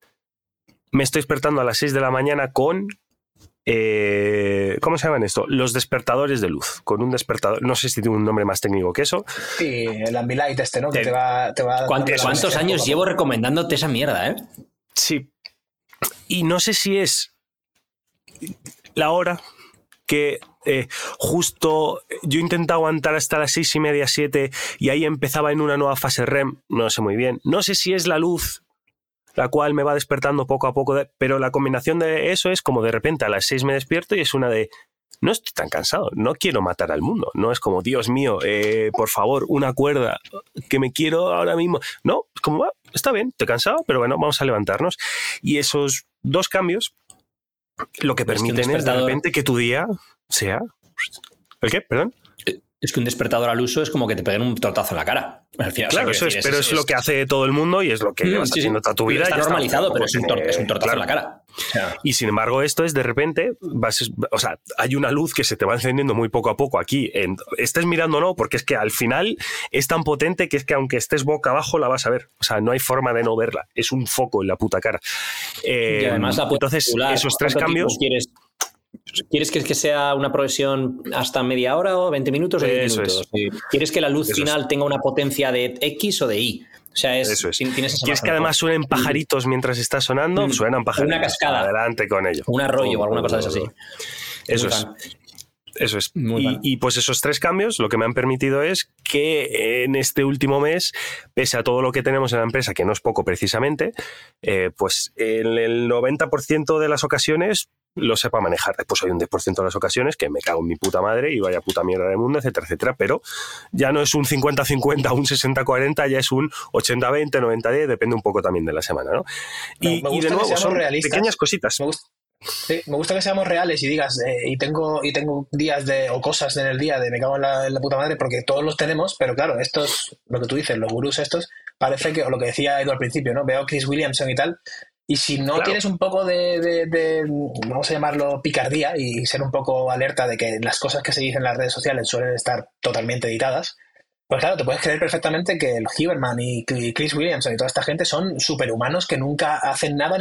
Me estoy despertando a las 6 de la mañana con... ¿cómo se llaman esto? Los despertadores de luz. Con un despertador... No sé si tiene un nombre más técnico que eso. Sí, el Ambilight ¿no? Que te va ¿Cuántos años llevo recomendándote esa mierda, eh? Sí. Y no sé si es la hora que justo yo intenté aguantar hasta las 6:30, 7 y ahí empezaba en una nueva fase REM. No sé muy bien. No sé si es la luz la cual me va despertando poco a poco, pero la combinación de eso es como de repente a las 6 me despierto y es una de, no estoy tan cansado, no quiero matar al mundo, no es como, Dios mío, por favor, una cuerda, que me quiero ahora mismo. No, es como, está bien, estoy cansado, pero bueno, vamos a levantarnos. Y esos 2 cambios lo que permiten es de repente que tu día sea... ¿El qué? ¿Perdón? Es que un despertador al uso es como que te peguen un tortazo en la cara. Al final, claro, eso es, pero es lo que hace todo el mundo y es lo que llevas haciendo toda tu vida. Está normalizado, pero es un tortazo en la cara. Y sin embargo, esto es de repente, hay una luz que se te va encendiendo muy poco a poco aquí. Estés mirando o no, porque es que al final es tan potente que es que aunque estés boca abajo la vas a ver. O sea, no hay forma de no verla. Es un foco en la puta cara. Y además entonces, esos 3 cambios... ¿Quieres que sea una progresión hasta media hora o 20 minutos o 10 minutos? ¿Quieres que la luz final tenga una potencia de X o de Y? O sea, Eso es. ¿Tienes ¿Quieres que además suenen pajaritos mientras está sonando? Suenan pajaritos. Una cascada. Adelante con ello. Un arroyo o alguna cosa de eso así. Eso es. Y pues esos 3 cambios lo que me han permitido es que en este último mes, pese a todo lo que tenemos en la empresa, que no es poco precisamente, pues en el 90% de las ocasiones lo sepa manejar. Después hay un 10% de las ocasiones que me cago en mi puta madre y vaya puta mierda del mundo, etcétera, etcétera. Pero ya no es un 50-50, un 60-40, ya es un 80-20, 90-10, depende un poco también de la semana, ¿no? Y de nuevo, son pequeñas cositas. Sí, me gusta que seamos reales y digas, y tengo días o cosas en el día de me cago en la puta madre, porque todos los tenemos, pero claro, estos, lo que tú dices, los gurús estos, parece que, o lo que decía Edu al principio, ¿no? Veo a Chris Williamson y tal, y si no tienes un poco de, vamos a llamarlo, picardía y ser un poco alerta de que las cosas que se dicen en las redes sociales suelen estar totalmente editadas, pues claro, te puedes creer perfectamente que el Huberman y Chris Williamson y toda esta gente son superhumanos que nunca hacen nada,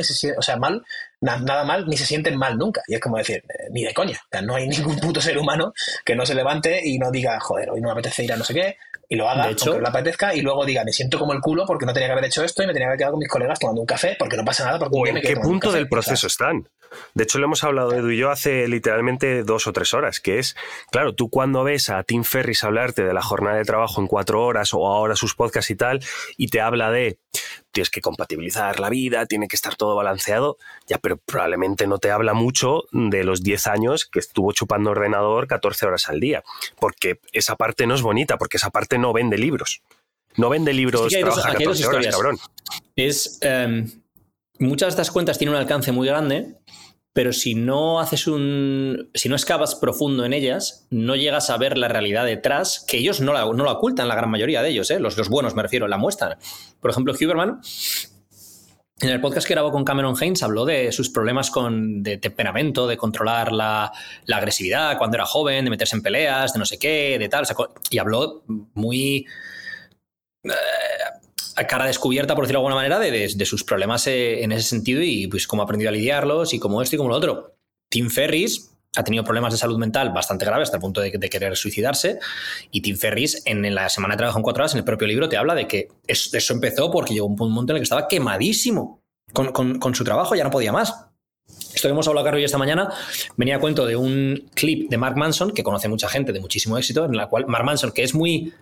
nada mal, ni se sienten mal nunca. Y es como decir, ni de coña. O sea, no hay ningún puto ser humano que no se levante y no diga, joder, hoy no me apetece ir a no sé qué, y lo haga, aunque no le apetezca, y luego diga, me siento como el culo porque no tenía que haber hecho esto y me tenía que haber quedado con mis colegas tomando un café porque no pasa nada. Porque ¿En qué punto del proceso están? De hecho, lo hemos hablado Edu y yo hace literalmente 2 o 3 horas, que es, claro, tú cuando ves a Tim Ferriss hablarte de la jornada de trabajo en 4 horas o ahora sus podcasts y tal, y te habla de tienes que compatibilizar la vida, tiene que estar todo balanceado, ya, pero probablemente no te habla mucho de los 10 años que estuvo chupando ordenador 14 horas al día, porque esa parte no es bonita, porque esa parte no vende libros. No vende libros, sí, trabaja 14 horas, cabrón. Muchas de estas cuentas tienen un alcance muy grande, pero si no excavas profundo en ellas, no llegas a ver la realidad detrás, que ellos no la ocultan, la gran mayoría de ellos, los buenos me refiero, la muestran. Por ejemplo, Huberman, en el podcast que grabó con Cameron Hanes, habló de sus problemas de temperamento, de controlar la agresividad cuando era joven, de meterse en peleas, de no sé qué, de tal, y habló muy a cara descubierta, por decirlo de alguna manera, de sus problemas en ese sentido y pues cómo ha aprendido a lidiarlos y cómo esto y cómo lo otro. Tim Ferriss ha tenido problemas de salud mental bastante graves hasta el punto de querer suicidarse, y Tim Ferriss en la semana de trabajo en 4 horas, en el propio libro te habla de que eso empezó porque llegó un momento en el que estaba quemadísimo con su trabajo, ya no podía más. Esto que hemos hablado, Carlos, y esta mañana venía a cuento de un clip de Mark Manson, que conoce mucha gente de muchísimo éxito, en la cual Mark Manson, que es muy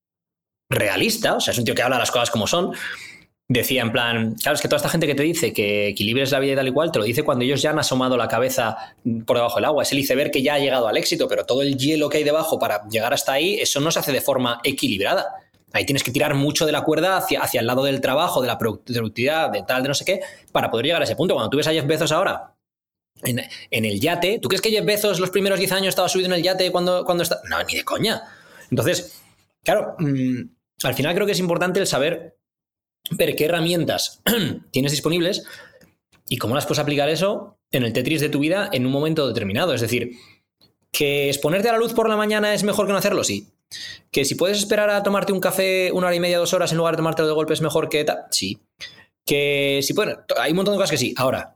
realista, o sea, es un tío que habla las cosas como son, decía en plan, claro, es que toda esta gente que te dice que equilibres la vida y tal y cual, te lo dice cuando ellos ya han asomado la cabeza por debajo del agua. Es el iceberg que ya ha llegado al éxito, pero todo el hielo que hay debajo para llegar hasta ahí, eso no se hace de forma equilibrada. Ahí tienes que tirar mucho de la cuerda hacia el lado del trabajo, de la productividad, de tal, de no sé qué, para poder llegar a ese punto. Cuando tú ves a Jeff Bezos ahora en el yate, ¿tú crees que Jeff Bezos los primeros 10 años estaba subido en el yate cuando está? No, ni de coña. Entonces, claro, al final creo que es importante el saber ver qué herramientas tienes disponibles y cómo las puedes aplicar eso en el Tetris de tu vida en un momento determinado. Es decir, que exponerte a la luz por la mañana es mejor que no hacerlo, sí. Que si puedes esperar a tomarte un café 1 hora y media, 2 horas en lugar de tomártelo de golpe es mejor que tal, sí. Que si puedes, hay un montón de cosas que sí. Ahora,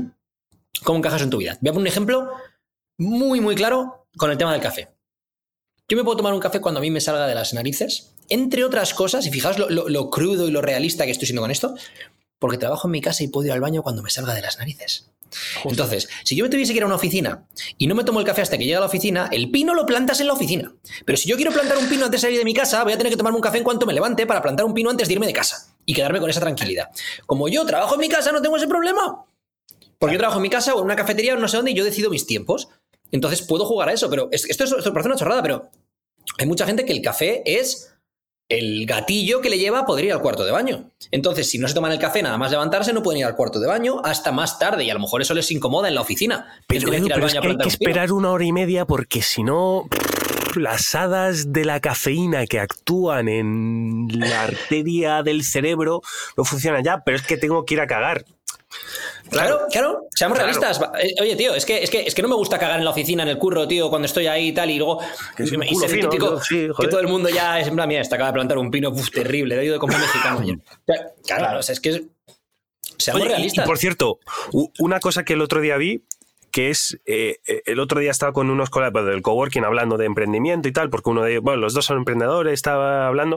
¿cómo encajas en tu vida? Voy a poner un ejemplo muy, muy claro con el tema del café. Yo me puedo tomar un café cuando a mí me salga de las narices, entre otras cosas, y fijaos lo crudo y lo realista que estoy siendo con esto, porque trabajo en mi casa y puedo ir al baño cuando me salga de las narices. Entonces, si yo me tuviese que ir a una oficina y no me tomo el café hasta que llegue a la oficina, el pino lo plantas en la oficina. Pero si yo quiero plantar un pino antes de salir de mi casa, voy a tener que tomarme un café en cuanto me levante para plantar un pino antes de irme de casa y quedarme con esa tranquilidad. Como yo trabajo en mi casa, no tengo ese problema. Porque yo trabajo en mi casa o en una cafetería o no sé dónde y yo decido mis tiempos. Entonces puedo jugar a eso, pero esto parece una chorrada, pero hay mucha gente que el café es el gatillo que le lleva a poder ir al cuarto de baño. Entonces, si no se toman el café nada más levantarse, no pueden ir al cuarto de baño hasta más tarde y a lo mejor eso les incomoda en la oficina. Pero es que hay que esperar 1 hora y media porque si no, las hadas de la cafeína que actúan en la arteria del cerebro no funcionan ya, pero es que tengo que ir a cagar. Claro, seamos realistas. Oye, tío, es que no me gusta cagar en la oficina, en el curro, tío, cuando estoy ahí y tal, y luego que es y ser el típico que todo el mundo ya es en plan, mira, está acaba de plantar un pino, terrible, he ido de comer mexicano. Claro, o sea, es que seamos realistas. Y por cierto, una cosa que el otro día vi, que es, el otro día estaba con unos colegas del coworking hablando de emprendimiento y tal, porque uno de ellos, bueno, los dos son emprendedores, estaba hablando,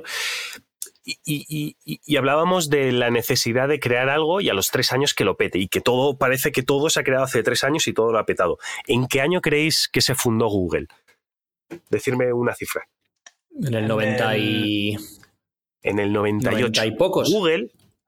y hablábamos de la necesidad de crear algo y a los 3 años que lo pete, y que todo, parece que todo se ha creado hace 3 años y todo lo ha petado. ¿En qué año creéis que se fundó Google? Decirme una cifra. En el 90 y... En el 98. 90 y pocos. Google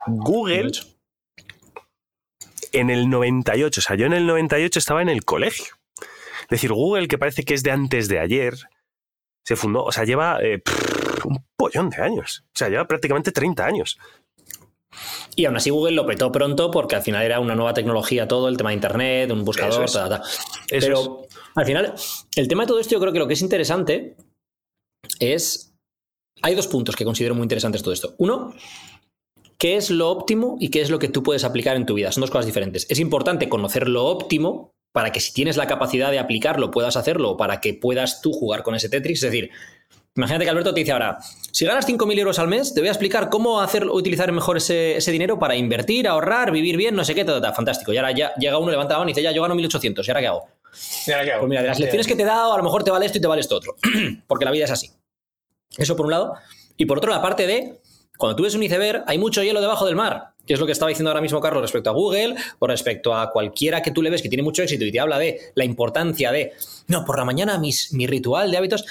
en el 98, o sea, yo en el 98 estaba en el colegio. Es decir, Google, que parece que es de antes de ayer, se fundó, o sea, lleva un pollón de años. O sea, lleva prácticamente 30 años. Y aún así Google lo petó pronto porque al final era una nueva tecnología todo, el tema de internet, un buscador, Pero al final, el tema de todo esto, yo creo que lo que es interesante es... Hay 2 puntos que considero muy interesantes de todo esto. Uno, ¿qué es lo óptimo y qué es lo que tú puedes aplicar en tu vida? Son 2 cosas diferentes. Es importante conocer lo óptimo para que si tienes la capacidad de aplicarlo puedas hacerlo, para que puedas tú jugar con ese Tetris. Es decir, imagínate que Alberto te dice ahora, si ganas 5.000 euros al mes, te voy a explicar cómo utilizar mejor ese dinero para invertir, ahorrar, vivir bien, no sé qué, fantástico. Y ahora ya llega uno, levanta la mano y dice, ya, yo gano 1.800, ¿y ahora qué hago? Pues mira, de las lecciones que te he dado, a lo mejor te vale esto y te vale esto otro. Porque la vida es así. Eso por un lado. Y por otro, la parte de, cuando tú ves un iceberg, hay mucho hielo debajo del mar, que es lo que estaba diciendo ahora mismo Carlos respecto a Google o respecto a cualquiera que tú le ves que tiene mucho éxito y te habla de la importancia de, no, por la mañana mi ritual de hábitos.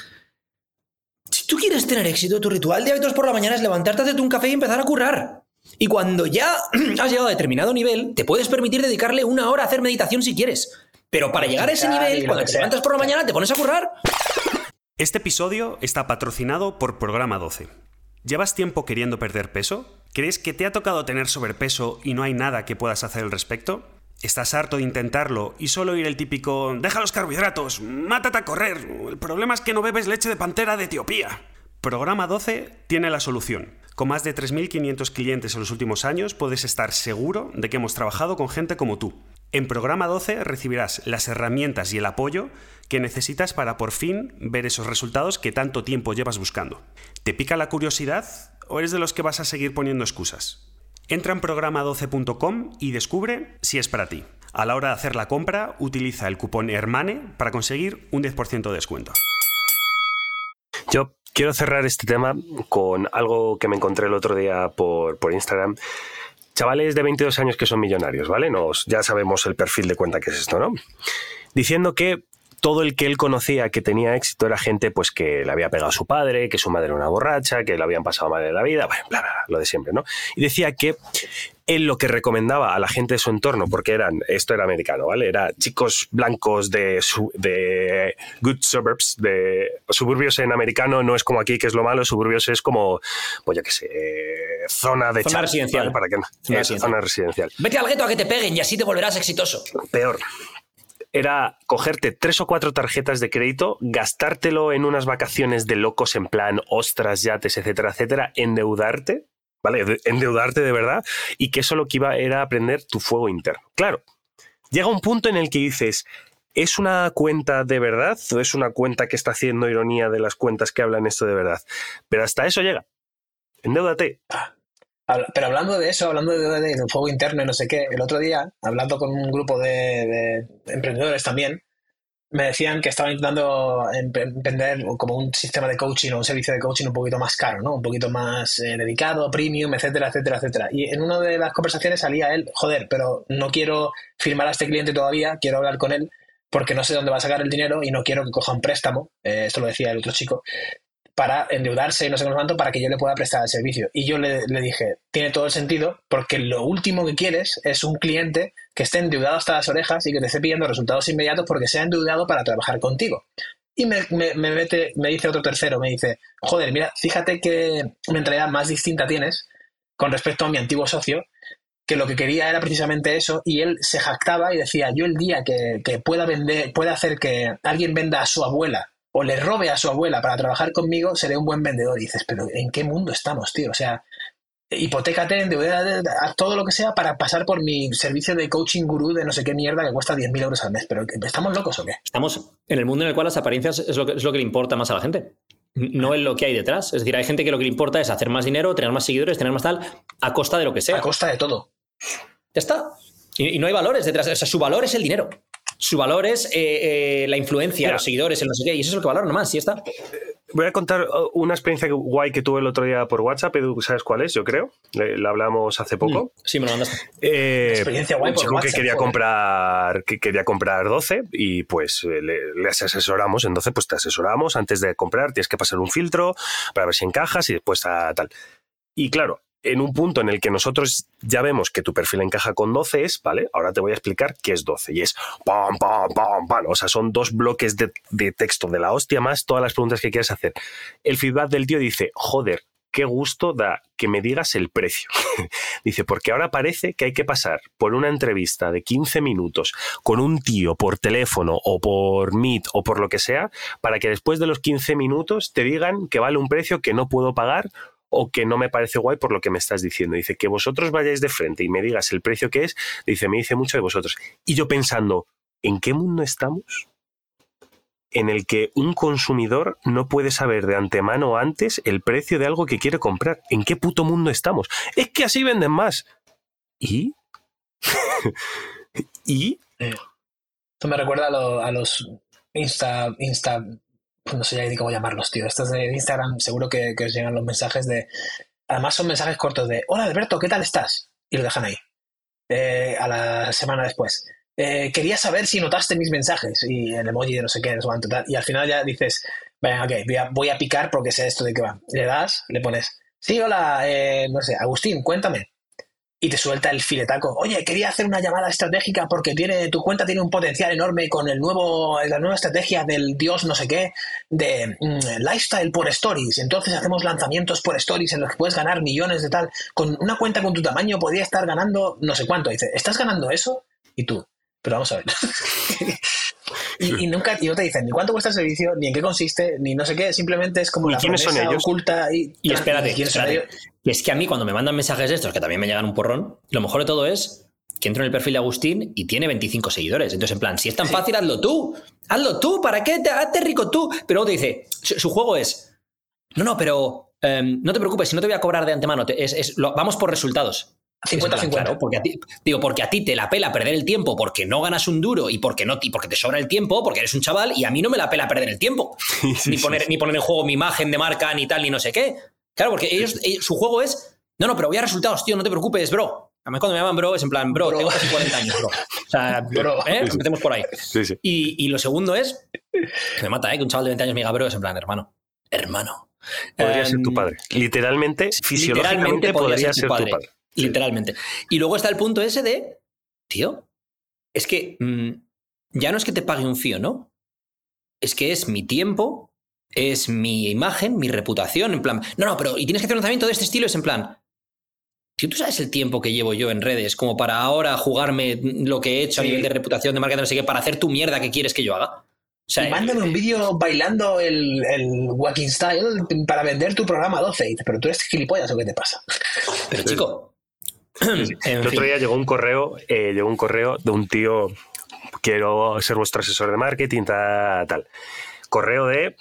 Si tú quieres tener éxito, tu ritual de hábitos por la mañana es levantarte, hacerte un café y empezar a currar. Y cuando ya has llegado a determinado nivel, te puedes permitir dedicarle 1 hora a hacer meditación si quieres. Pero para llegar a ese nivel, cuando te levantas por la mañana, te pones a currar. Este episodio está patrocinado por Programa 12. ¿Llevas tiempo queriendo perder peso? ¿Crees que te ha tocado tener sobrepeso y no hay nada que puedas hacer al respecto? ¿Estás harto de intentarlo y solo oír el típico «deja los carbohidratos, mátate a correr, el problema es que no bebes leche de pantera de Etiopía»? Programa 12 tiene la solución. Con más de 3.500 clientes en los últimos años puedes estar seguro de que hemos trabajado con gente como tú. En Programa 12 recibirás las herramientas y el apoyo que necesitas para por fin ver esos resultados que tanto tiempo llevas buscando. ¿Te pica la curiosidad o eres de los que vas a seguir poniendo excusas? Entra en programa12.com y descubre si es para ti. A la hora de hacer la compra, utiliza el cupón HERMANE para conseguir un 10% de descuento. Yo quiero cerrar este tema con algo que me encontré el otro día por Instagram. Chavales de 22 años que son millonarios, ¿vale? Ya sabemos el perfil de cuenta que es esto, ¿no? Diciendo que todo el que él conocía que tenía éxito era gente pues que le había pegado a su padre, que su madre era una borracha, que le habían pasado mal en la vida, bueno, bla, bla, bla, lo de siempre, ¿no? Y decía que él lo que recomendaba a la gente de su entorno, porque esto era americano, ¿vale? Era chicos blancos de good suburbs, de suburbios en americano, no es como aquí, que es lo malo, suburbios es como, pues yo qué sé, zona residencial. ¿vale? ¿Para qué no? Zona residencial. Vete al gueto a que te peguen y así te volverás exitoso. Peor. Era cogerte 3 o 4 tarjetas de crédito, gastártelo en unas vacaciones de locos en plan ostras, yates, etcétera, etcétera, endeudarte, ¿vale? Endeudarte de verdad, y que eso lo que iba era aprender tu fuego interno. Claro, llega un punto en el que dices, ¿es una cuenta de verdad o es una cuenta que está haciendo ironía de las cuentas que hablan esto de verdad? Pero hasta eso llega. Endeúdate. Pero hablando de eso, hablando de fuego interno y no sé qué, el otro día, hablando con un grupo de emprendedores también, me decían que estaban intentando emprender como un sistema de coaching o un servicio de coaching un poquito más caro, ¿no? Un poquito más dedicado, premium, etcétera, etcétera, etcétera. Y en una de las conversaciones salía él, joder, pero no quiero firmar a este cliente todavía, quiero hablar con él porque no sé dónde va a sacar el dinero y no quiero que coja un préstamo, esto lo decía el otro chico, para endeudarse y no sé cuánto para que yo le pueda prestar el servicio. Y yo le dije, tiene todo el sentido porque lo último que quieres es un cliente que esté endeudado hasta las orejas y que te esté pidiendo resultados inmediatos porque se ha endeudado para trabajar contigo. Y me dice otro tercero, me dice, joder, mira, fíjate qué mentalidad más distinta tienes con respecto a mi antiguo socio, que lo que quería era precisamente eso, y él se jactaba y decía, yo el día que pueda hacer que alguien venda a su abuela o le robe a su abuela para trabajar conmigo, seré un buen vendedor. Y dices, pero ¿en qué mundo estamos, tío? O sea, hipotécate, endeuda, haz todo lo que sea para pasar por mi servicio de coaching gurú de no sé qué mierda que cuesta 10.000 euros al mes. ¿Pero estamos locos o qué? Estamos en el mundo en el cual las apariencias es lo que le importa más a la gente. No es lo que hay detrás. Es decir, hay gente que lo que le importa es hacer más dinero, tener más seguidores, tener más tal, a costa de lo que sea. A costa de todo. Ya está. Y no hay valores detrás. O sea, su valor es el dinero. Su valor es la influencia, los seguidores, el no sé qué, y eso es lo que valora nomás, y está. Voy a contar una experiencia guay que tuve el otro día por WhatsApp. Edu, ¿sabes cuál es? Yo creo. La hablamos hace poco. Sí, me lo mandaste. Experiencia guay un chico por WhatsApp, que quería comprar 12 y pues les asesoramos. En 12 pues te asesoramos antes de comprar. Tienes que pasar un filtro para ver si encajas y después tal. Y claro, en un punto en el que nosotros ya vemos que tu perfil encaja con 12 es, ¿vale? Ahora te voy a explicar qué es 12. Y es pam, pam, pam, pam. O sea, son 2 bloques de texto de la hostia más todas las preguntas que quieres hacer. El feedback del tío dice, joder, qué gusto da que me digas el precio. Dice, porque ahora parece que hay que pasar por una entrevista de 15 minutos con un tío por teléfono o por Meet o por lo que sea, para que después de los 15 minutos te digan que vale un precio que no puedo pagar o que no me parece guay por lo que me estás diciendo. Dice, que vosotros vayáis de frente y me digas el precio que es, dice, me dice mucho de vosotros. Y yo pensando, ¿en qué mundo estamos? En el que un consumidor no puede saber de antemano antes el precio de algo que quiere comprar. ¿En qué puto mundo estamos? Es que así venden más. ¿Y? ¿Y? Esto me recuerda a los Insta, pues no sé ya ni cómo llamarlos, tío. Estos de Instagram, seguro que os llegan los mensajes de... Además son mensajes cortos de, hola Alberto, ¿qué tal estás? Y lo dejan ahí. A la semana después. Quería saber si notaste mis mensajes. Y el emoji de no sé qué, no sé cuánto, tal. Y al final ya dices, venga, ok, voy a picar porque sé esto de qué va. Le das, le pones, sí, hola, no sé, Agustín, cuéntame. Y te suelta el filetaco. Oye, quería hacer una llamada estratégica porque tu cuenta tiene un potencial enorme con la nueva estrategia del dios no sé qué, de lifestyle por stories. Entonces hacemos lanzamientos por stories en los que puedes ganar millones de tal. Con una cuenta con tu tamaño podría estar ganando no sé cuánto. Dice, ¿estás ganando eso? Y tú, pero vamos a ver. y no te dicen ni cuánto cuesta el servicio, ni en qué consiste, ni no sé qué. Simplemente es como la promesa oculta. Y espérate. Es que a mí cuando me mandan mensajes de estos, que también me llegan un porrón, lo mejor de todo es que entro en el perfil de Agustín y tiene 25 seguidores. Entonces, en plan, si es tan fácil, hazlo tú, ¿para qué? Hazte rico tú. Pero luego te dice, su juego es, no, pero no te preocupes, si no te voy a cobrar de antemano, vamos por resultados. 50-50. Claro, porque a ti te la pela perder el tiempo porque no ganas un duro y porque te sobra el tiempo, porque eres un chaval, y a mí no me la pela perder el tiempo. Ni poner en juego mi imagen de marca, ni tal, ni no sé qué. Claro, porque ellos su juego es, no, pero voy a resultados, tío, no te preocupes, bro. A mí cuando me llaman bro es en plan, bro. Tengo casi 40 años, bro. O sea, bro. Empecemos por ahí. Sí. Y lo segundo es, que me mata, que un chaval de 20 años me diga bro, es en plan, hermano. Podría ser tu padre. Literalmente, fisiológicamente podría ser tu padre. Literalmente. Y luego está el punto ese de, tío, es que ya no es que te pague un fío, ¿no? Es que es mi tiempo, es mi imagen, mi reputación, en plan, no, pero y tienes que hacer un lanzamiento de este estilo, es en plan, tío, ¿tú sabes el tiempo que llevo yo en redes como para ahora jugarme lo que he hecho a nivel de reputación, de marca, no sé qué, para hacer tu mierda que quieres que yo haga? O sea, y mándame un vídeo bailando el walking style para vender tu programa 12. Pero tú eres gilipollas, ¿o qué te pasa? Pero chico... El otro día llegó un correo de un tío, quiero ser vuestro asesor de marketing, tal. Correo de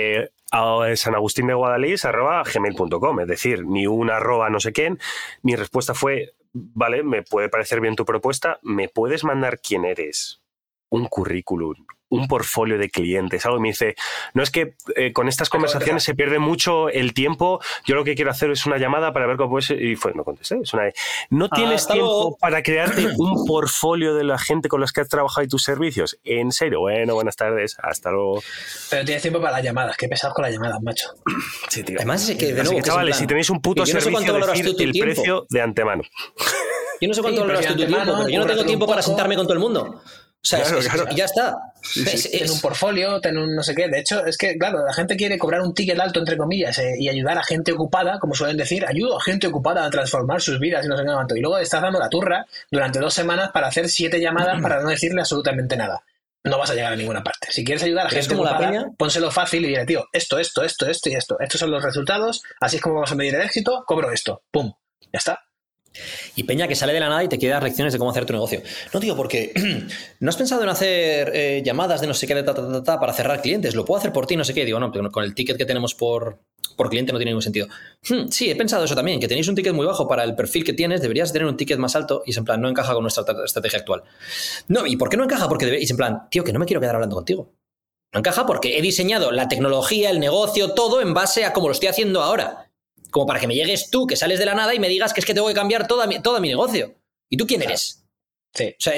sanagustindeguadalís@gmail.com, es decir, ni un arroba no sé quién. Mi respuesta fue, vale, me puede parecer bien tu propuesta, ¿me puedes mandar quién eres? Un currículum, un portfolio de clientes, algo. Y me dice, no, es que con estas conversaciones se pierde mucho el tiempo, yo lo que quiero hacer es una llamada para ver cómo puedes... Y no contesté, ¿no tienes tiempo para crearte un portfolio de la gente con las que has trabajado y tus servicios? ¿En serio? Bueno, buenas tardes, hasta luego. Pero tienes tiempo para las llamadas, qué pesados con las llamadas, macho. Sí, tío. Además es que, de nuevo, que chavales, si tenéis un puto servicio, decir el precio de antemano. Yo no sé cuánto valoras tú tu tiempo, pero yo no tengo tiempo para sentarme con todo el mundo. O sea, claro. Ya está. Ten un portfolio, ten un no sé qué. De hecho, es que, claro, la gente quiere cobrar un ticket alto, entre comillas, y ayudar a gente ocupada, como suelen decir, ayudo a gente ocupada a transformar sus vidas y no sé qué tanto. Y luego estás dando la turra durante 2 semanas para hacer 7 llamadas para no decirle absolutamente nada. No vas a llegar a ninguna parte. Si quieres ayudar a gente ocupada, pónselo fácil y dile, tío, esto y esto. Estos son los resultados, así es como vamos a medir el éxito, cobro esto. ¡Pum! Ya está. Y peña que sale de la nada y te quiere dar lecciones de cómo hacer tu negocio. No, tío, porque ¿no has pensado en hacer llamadas de no sé qué para cerrar clientes? Lo puedo hacer por ti, no sé qué. Digo, no, pero con el ticket que tenemos por por cliente no tiene ningún sentido. Sí, he pensado eso también, que tenéis un ticket muy bajo para el perfil que tienes, deberías tener un ticket más alto, y es en plan, no encaja con nuestra estrategia actual. No, ¿y por qué no encaja? Porque es en plan, tío, que no me quiero quedar hablando contigo. No encaja porque he diseñado la tecnología, el negocio, todo en base a cómo lo estoy haciendo ahora. Como para que me llegues tú, que sales de la nada, y me digas que es que tengo que cambiar todo mi negocio. ¿Y tú quién eres? Sí. O sea,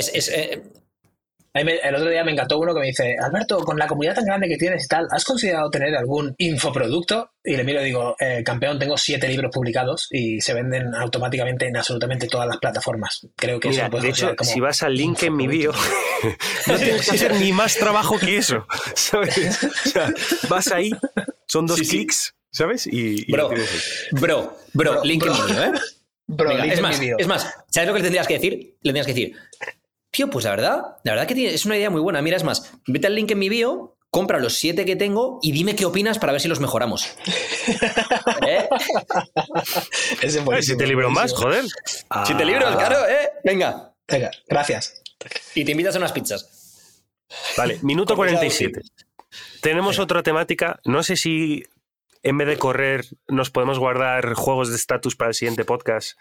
el otro día me encantó uno que me dice, Alberto, con la comunidad tan grande que tienes y tal, ¿has considerado tener algún infoproducto? Y le miro y digo, campeón, tengo 7 libros publicados y se venden automáticamente en absolutamente todas las plataformas. Creo que mira, eso de hecho, si vas al link en mi bio, no tienes que hacer ni más trabajo que eso, ¿sabes? O sea, vas ahí, son 2 clics, ¿sabes? Y bro, link en mi bio, ¿eh? Venga, es más, ¿sabes lo que le tendrías que decir? Le tendrías que decir, tío, pues la verdad que es una idea muy buena. Mira, es más, vete al link en mi bio, compra los 7 que tengo y dime qué opinas para ver si los mejoramos. Ese es buenísimo, 7 libros más, joder. 7 libros, claro, Venga, gracias. Y te invitas a unas pizzas. Vale, minuto 47. Tenemos otra temática. No sé si en vez de correr nos podemos guardar juegos de estatus para el siguiente podcast.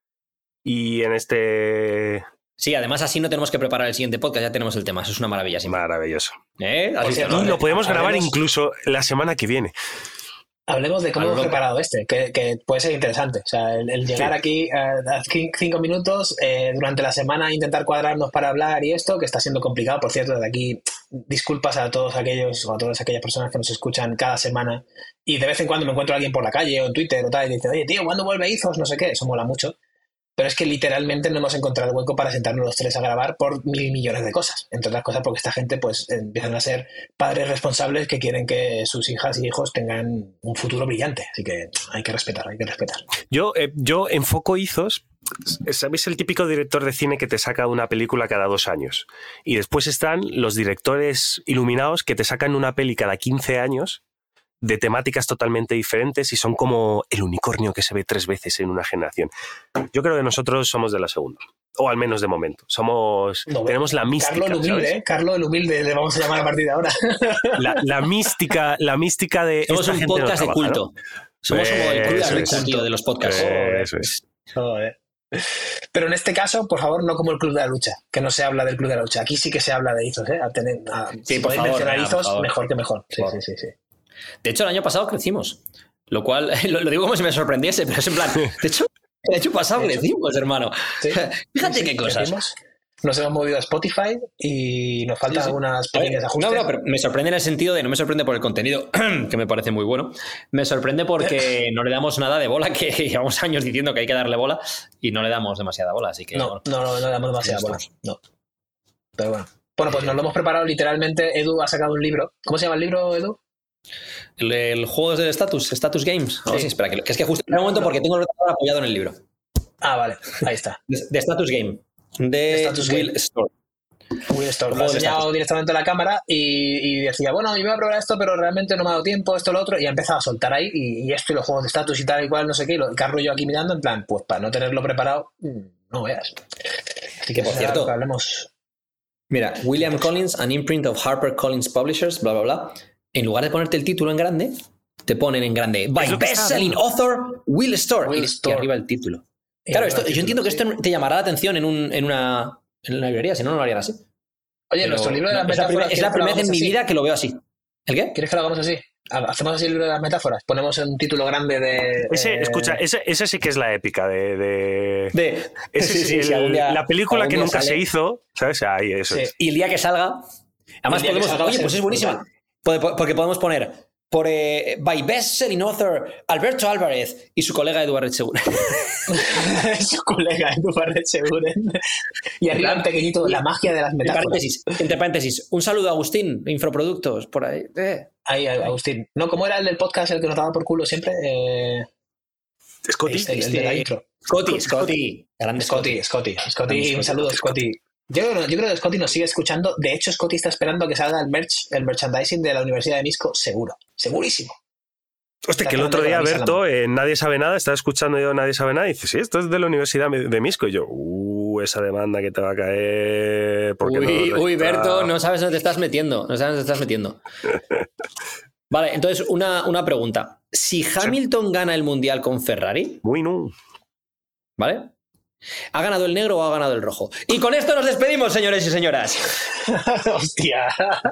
Y en este... Sí, además así no tenemos que preparar el siguiente podcast, ya tenemos el tema. Eso es una maravilla. Sí. Maravilloso. Así y lo podemos grabar incluso la semana que viene. Hablemos de cómo hemos preparado que puede ser interesante. O sea, el llegar aquí a 5 minutos, durante la semana intentar cuadrarnos para hablar y esto, que está siendo complicado. Por cierto, desde aquí, disculpas a todos aquellos o a todas aquellas personas que nos escuchan cada semana y de vez en cuando me encuentro a alguien por la calle o en Twitter o tal y dice, oye, tío, ¿cuándo vuelve Izos? No sé qué, eso mola mucho. Pero es que literalmente no hemos encontrado el hueco para sentarnos los 3 a grabar por 1.000 millones de cosas. Entre otras cosas porque esta gente pues empiezan a ser padres responsables que quieren que sus hijas y hijos tengan un futuro brillante. Así que hay que respetar. Yo enfoco Izos. ¿Sabéis el típico director de cine que te saca una película cada 2 años? Y después están los directores iluminados que te sacan una peli cada 15 años de temáticas totalmente diferentes y son como el unicornio que se ve 3 veces en una generación. Yo creo que nosotros somos de la segunda, o al menos de momento. Tenemos la mística. Carlos el Humilde le vamos a llamar a partir de ahora. La mística de... Somos un podcast de culto. ¿No? Somos como el club de la lucha, tío, de los podcasts. Eso es. Joder. Pero en este caso, por favor, no como el Club de la Lucha, que no se habla del Club de la Lucha. Aquí sí que se habla de Izos, si podéis mencionar Izos, mejor que mejor. Sí. De hecho, el año pasado crecimos, lo cual lo digo como si me sorprendiese, pero es en plan, de hecho, el año pasado crecimos, hermano. Sí, fíjate qué cosas. Crecimos. Nos hemos movido a Spotify y nos faltan algunas pequeñas ajustes. No, pero me sorprende en el sentido de, no me sorprende por el contenido, que me parece muy bueno, me sorprende porque no le damos nada de bola, que llevamos años diciendo que hay que darle bola y no le damos demasiada bola, así que... No le damos demasiada bola, no. Pero bueno. Bueno, pues nos lo hemos preparado literalmente. Edu ha sacado un libro. ¿Cómo se llama el libro, Edu? El juego es del Status Games. Sí, espera, que es que justo en un momento porque tengo el ordenador apoyado en el libro. Ah, vale, ahí está. De Status Game. De Will Store. Will Store. Lo he enseñado directamente a la cámara y decía, bueno, yo voy a probar esto, pero realmente no me ha dado tiempo, esto, lo otro, y ha empezado a soltar ahí, y esto y los juegos de Status y tal y cual, no sé qué, y Carlos y yo aquí mirando, en plan, pues para no tenerlo preparado, no veas. Así que, por cierto, hablemos. Mira, William Collins, an imprint of HarperCollins Publishers, bla, bla, bla. En lugar de ponerte el título en grande, te ponen en grande, by best-selling author Will Store, y arriba el título. Claro, yo entiendo que esto te llamará la atención en una librería, si no, no lo harían así. Oye, pero nuestro libro de las metáforas... Es la primera vez en mi vida que lo veo así. ¿El qué? ¿Quieres que lo hagamos así? Hacemos así el libro de las metáforas. Ponemos un título grande de... Escucha, esa sí que es la épica sí, la película que nunca se hizo, ¿sabes? Ahí, eso sí. es. Y el día que salga... Además podemos... Oye, pues es buenísima. Porque podemos poner... by best-selling author Alberto Álvarez y su colega Eduardo Echeguren. Su colega Eduardo Echeguren. Y arriba en pequeñito, la magia de las metáforas. Entre paréntesis, un saludo a Agustín, Infoproductos, por ahí. Ahí, Agustín. No, ¿cómo era el del podcast el que nos daba por culo siempre? Scotty. El de la intro. Scotty. Grande Scotty. Un saludo, Scotty. Yo creo que Scotty nos sigue escuchando. De hecho, Scotty está esperando a que salga el merchandising de la Universidad de Misco, seguro. Segurísimo. Hostia, que el otro día, Berto, Nadie Sabe Nada, estaba escuchando yo Nadie Sabe Nada y dice, sí, esto es de la Universidad de Misco. Y yo, esa demanda que te va a caer... Uy, Berto, no sabes dónde te estás metiendo. Vale, entonces una pregunta. Si Hamilton gana el Mundial con Ferrari, Uy, no. ¿vale? ¿Ha ganado el negro o ha ganado el rojo? Y con esto nos despedimos, señores y señoras. Hostia.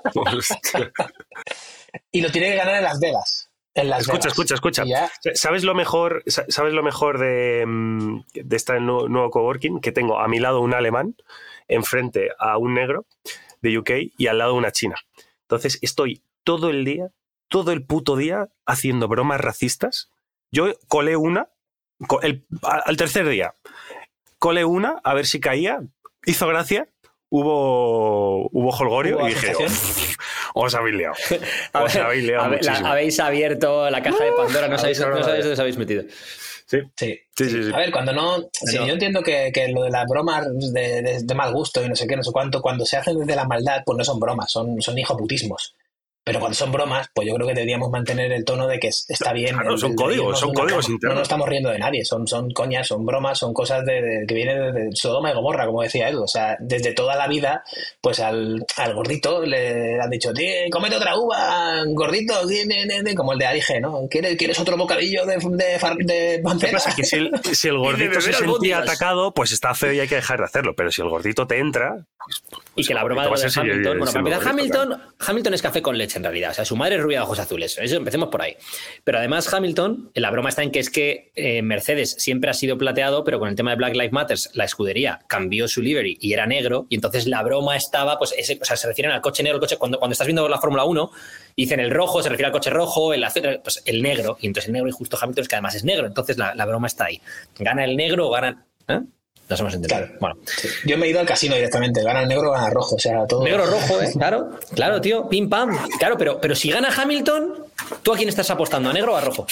Y lo tiene que ganar en Las Vegas. Escucha. Ya. ¿Sabes lo mejor de este nuevo coworking? Que tengo a mi lado un alemán, enfrente a un negro de UK y al lado una china. Entonces estoy todo el puto día haciendo bromas racistas. Yo colé una al tercer día. Colé una a ver si caía. Hizo gracia. Hubo jolgorio y dije, os habéis liado. Habéis abierto la caja de Pandora, no sabéis dónde os habéis metido. Sí. A ver, cuando no... Sí, yo entiendo que lo de las bromas de mal gusto y no sé qué, no sé cuánto, cuando se hacen desde la maldad, pues no son bromas, son hijoputismos. Pero cuando son bromas, pues yo creo que deberíamos mantener el tono de que está bien. Claro, son códigos internos. No nos estamos riendo de nadie, son coñas, son bromas, son cosas que vienen de Sodoma y Gomorra, como decía Edu. O sea, desde toda la vida, pues al gordito le han dicho, cómete otra uva, gordito, como el de AIG, ¿no? ¿Quieres otro bocadillo de panceta? Pasa que si el gordito se sentía atacado, pues está feo y hay que dejar de hacerlo. Pero si el gordito te entra... y que la broma de Hamilton... Bueno, para empezar, Hamilton es café con leche, en realidad. O sea, su madre es rubia de ojos azules. Eso, empecemos por ahí. Pero además Hamilton, la broma está en que es que Mercedes siempre ha sido plateado, pero con el tema de Black Lives Matter, la escudería cambió su livery y era negro, y entonces la broma estaba, pues, o sea, se refieren al coche negro, el coche, cuando estás viendo la Fórmula 1, dicen el rojo, se refiere al coche rojo, el azul, pues el negro, y entonces el negro y justo Hamilton es que además es negro, entonces la broma está ahí. ¿Gana el negro o gana...? Nos hemos entendido. Claro. Bueno. Sí. Yo me he ido al casino directamente. Gana el negro o gana el rojo. O sea, todo. Negro rojo, Claro, tío. Pim pam. Claro, pero si gana Hamilton, ¿tú a quién estás apostando? ¿A negro o a rojo?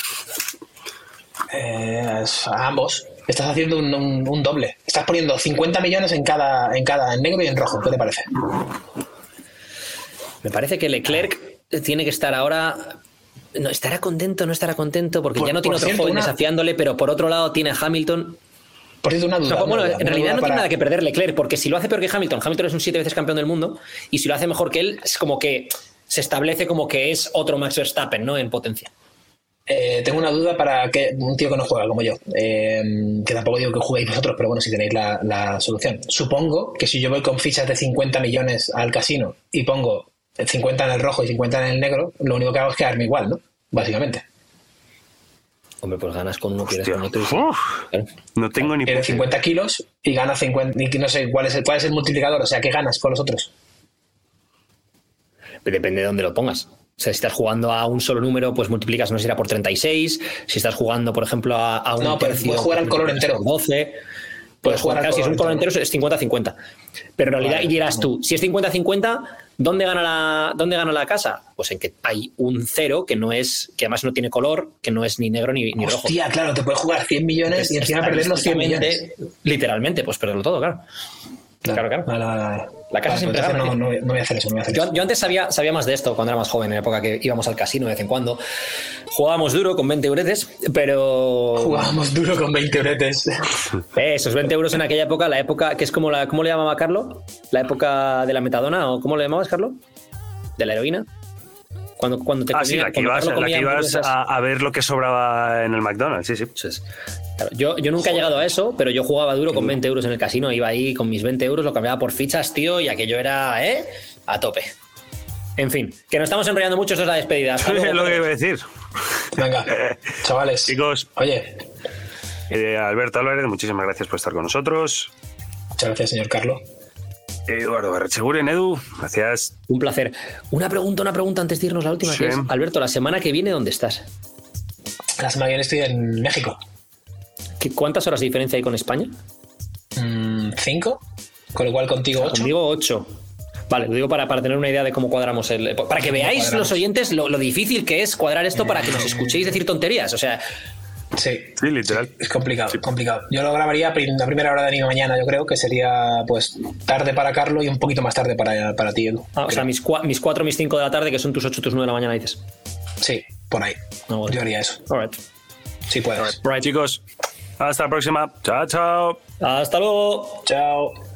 A ambos. Estás haciendo un doble. Estás poniendo 50 millones en negro y en rojo. ¿Qué te parece? Me parece que Leclerc tiene que estar ahora... No, ¿estará contento? ¿No estará contento? Porque ya no tiene otro joven desafiándole, pero por otro lado tiene a Hamilton... Por cierto, una duda. Bueno, en realidad no tiene nada que perder Leclerc, porque si lo hace peor que Hamilton es un 7 veces campeón del mundo, y si lo hace mejor que él, es como que se establece como que es otro Max Verstappen, ¿no? En potencia. Tengo una duda para un tío que no juega como yo, que tampoco digo que juguéis vosotros, pero bueno, si tenéis la solución. Supongo que si yo voy con fichas de 50 millones al casino y pongo 50 en el rojo y 50 en el negro, lo único que hago es quedarme igual, ¿no? Básicamente. Hombre, pues ganas con uno, pierdes con otro. Claro. No tengo ni... Tienes 50 kilos y ganas 50... Y no sé, ¿cuál es el multiplicador? O sea, ¿qué ganas con los otros? Depende de dónde lo pongas. O sea, si estás jugando a un solo número, pues multiplicas, no sé, será por 36. Si estás jugando, por ejemplo, a un tercio... puedes jugar al color entero. 12... Puedes jugar, claro, si es un color entero es 50-50. Pero en realidad, y dirás tú, si es 50-50, ¿dónde gana la casa? Pues en que hay un cero que además no tiene color, que no es ni negro ni rojo. Hostia, claro, te puedes jugar 100 millones y encima perder los 100 millones. Literalmente, pues perderlo todo, claro. Claro. Vale. La casa siempre gana. No voy a hacer eso. Yo antes sabía más de esto cuando era más joven, en la época que íbamos al casino de vez en cuando. Jugábamos duro con 20 euretes, pero... Jugábamos duro con 20 euretes. Esos 20 euros en aquella época, la época que es como ¿cómo le llamaba Carlos? ¿La época de la metadona? ¿O cómo le llamabas, Carlos? ¿De la heroína? Cuando te comías, sí, la que ibas a ver lo que sobraba en el McDonald's, sí. Claro, yo nunca he llegado a eso, pero yo jugaba duro con 20 euros en el casino, iba ahí con mis 20 euros, lo cambiaba por fichas, tío, y aquello era, a tope. En fin, que nos estamos enrollando mucho, eso es la despedida. Es lo que iba a decir. Venga, chavales. Chicos. Oye. Alberto Álvarez, muchísimas gracias por estar con nosotros. Muchas gracias, señor Carlos. Eduardo Barrecheguren, Edu, gracias. Un placer. Una pregunta antes de irnos, la última, que es, Alberto, la semana que viene, ¿dónde estás? La semana que viene estoy en México. ¿Cuántas horas de diferencia hay con España? 5, con lo cual contigo 8. Conmigo 8. Vale, lo digo para tener una idea de cómo cuadramos para que veáis los oyentes lo difícil que es cuadrar esto para que nos escuchéis decir tonterías, o sea... Sí, literal. Es complicado. Yo lo grabaría la primera hora de mañana, yo creo, que sería pues tarde para Carlos y un poquito más tarde para ti, Edu. O sea, mis 4, mis 5 de la tarde, que son tus 8, tus 9 de la mañana, dices. Sí, por ahí. Yo haría eso. All right. Sí puedes. All right, chicos. Hasta la próxima. Chao. Hasta luego. Chao.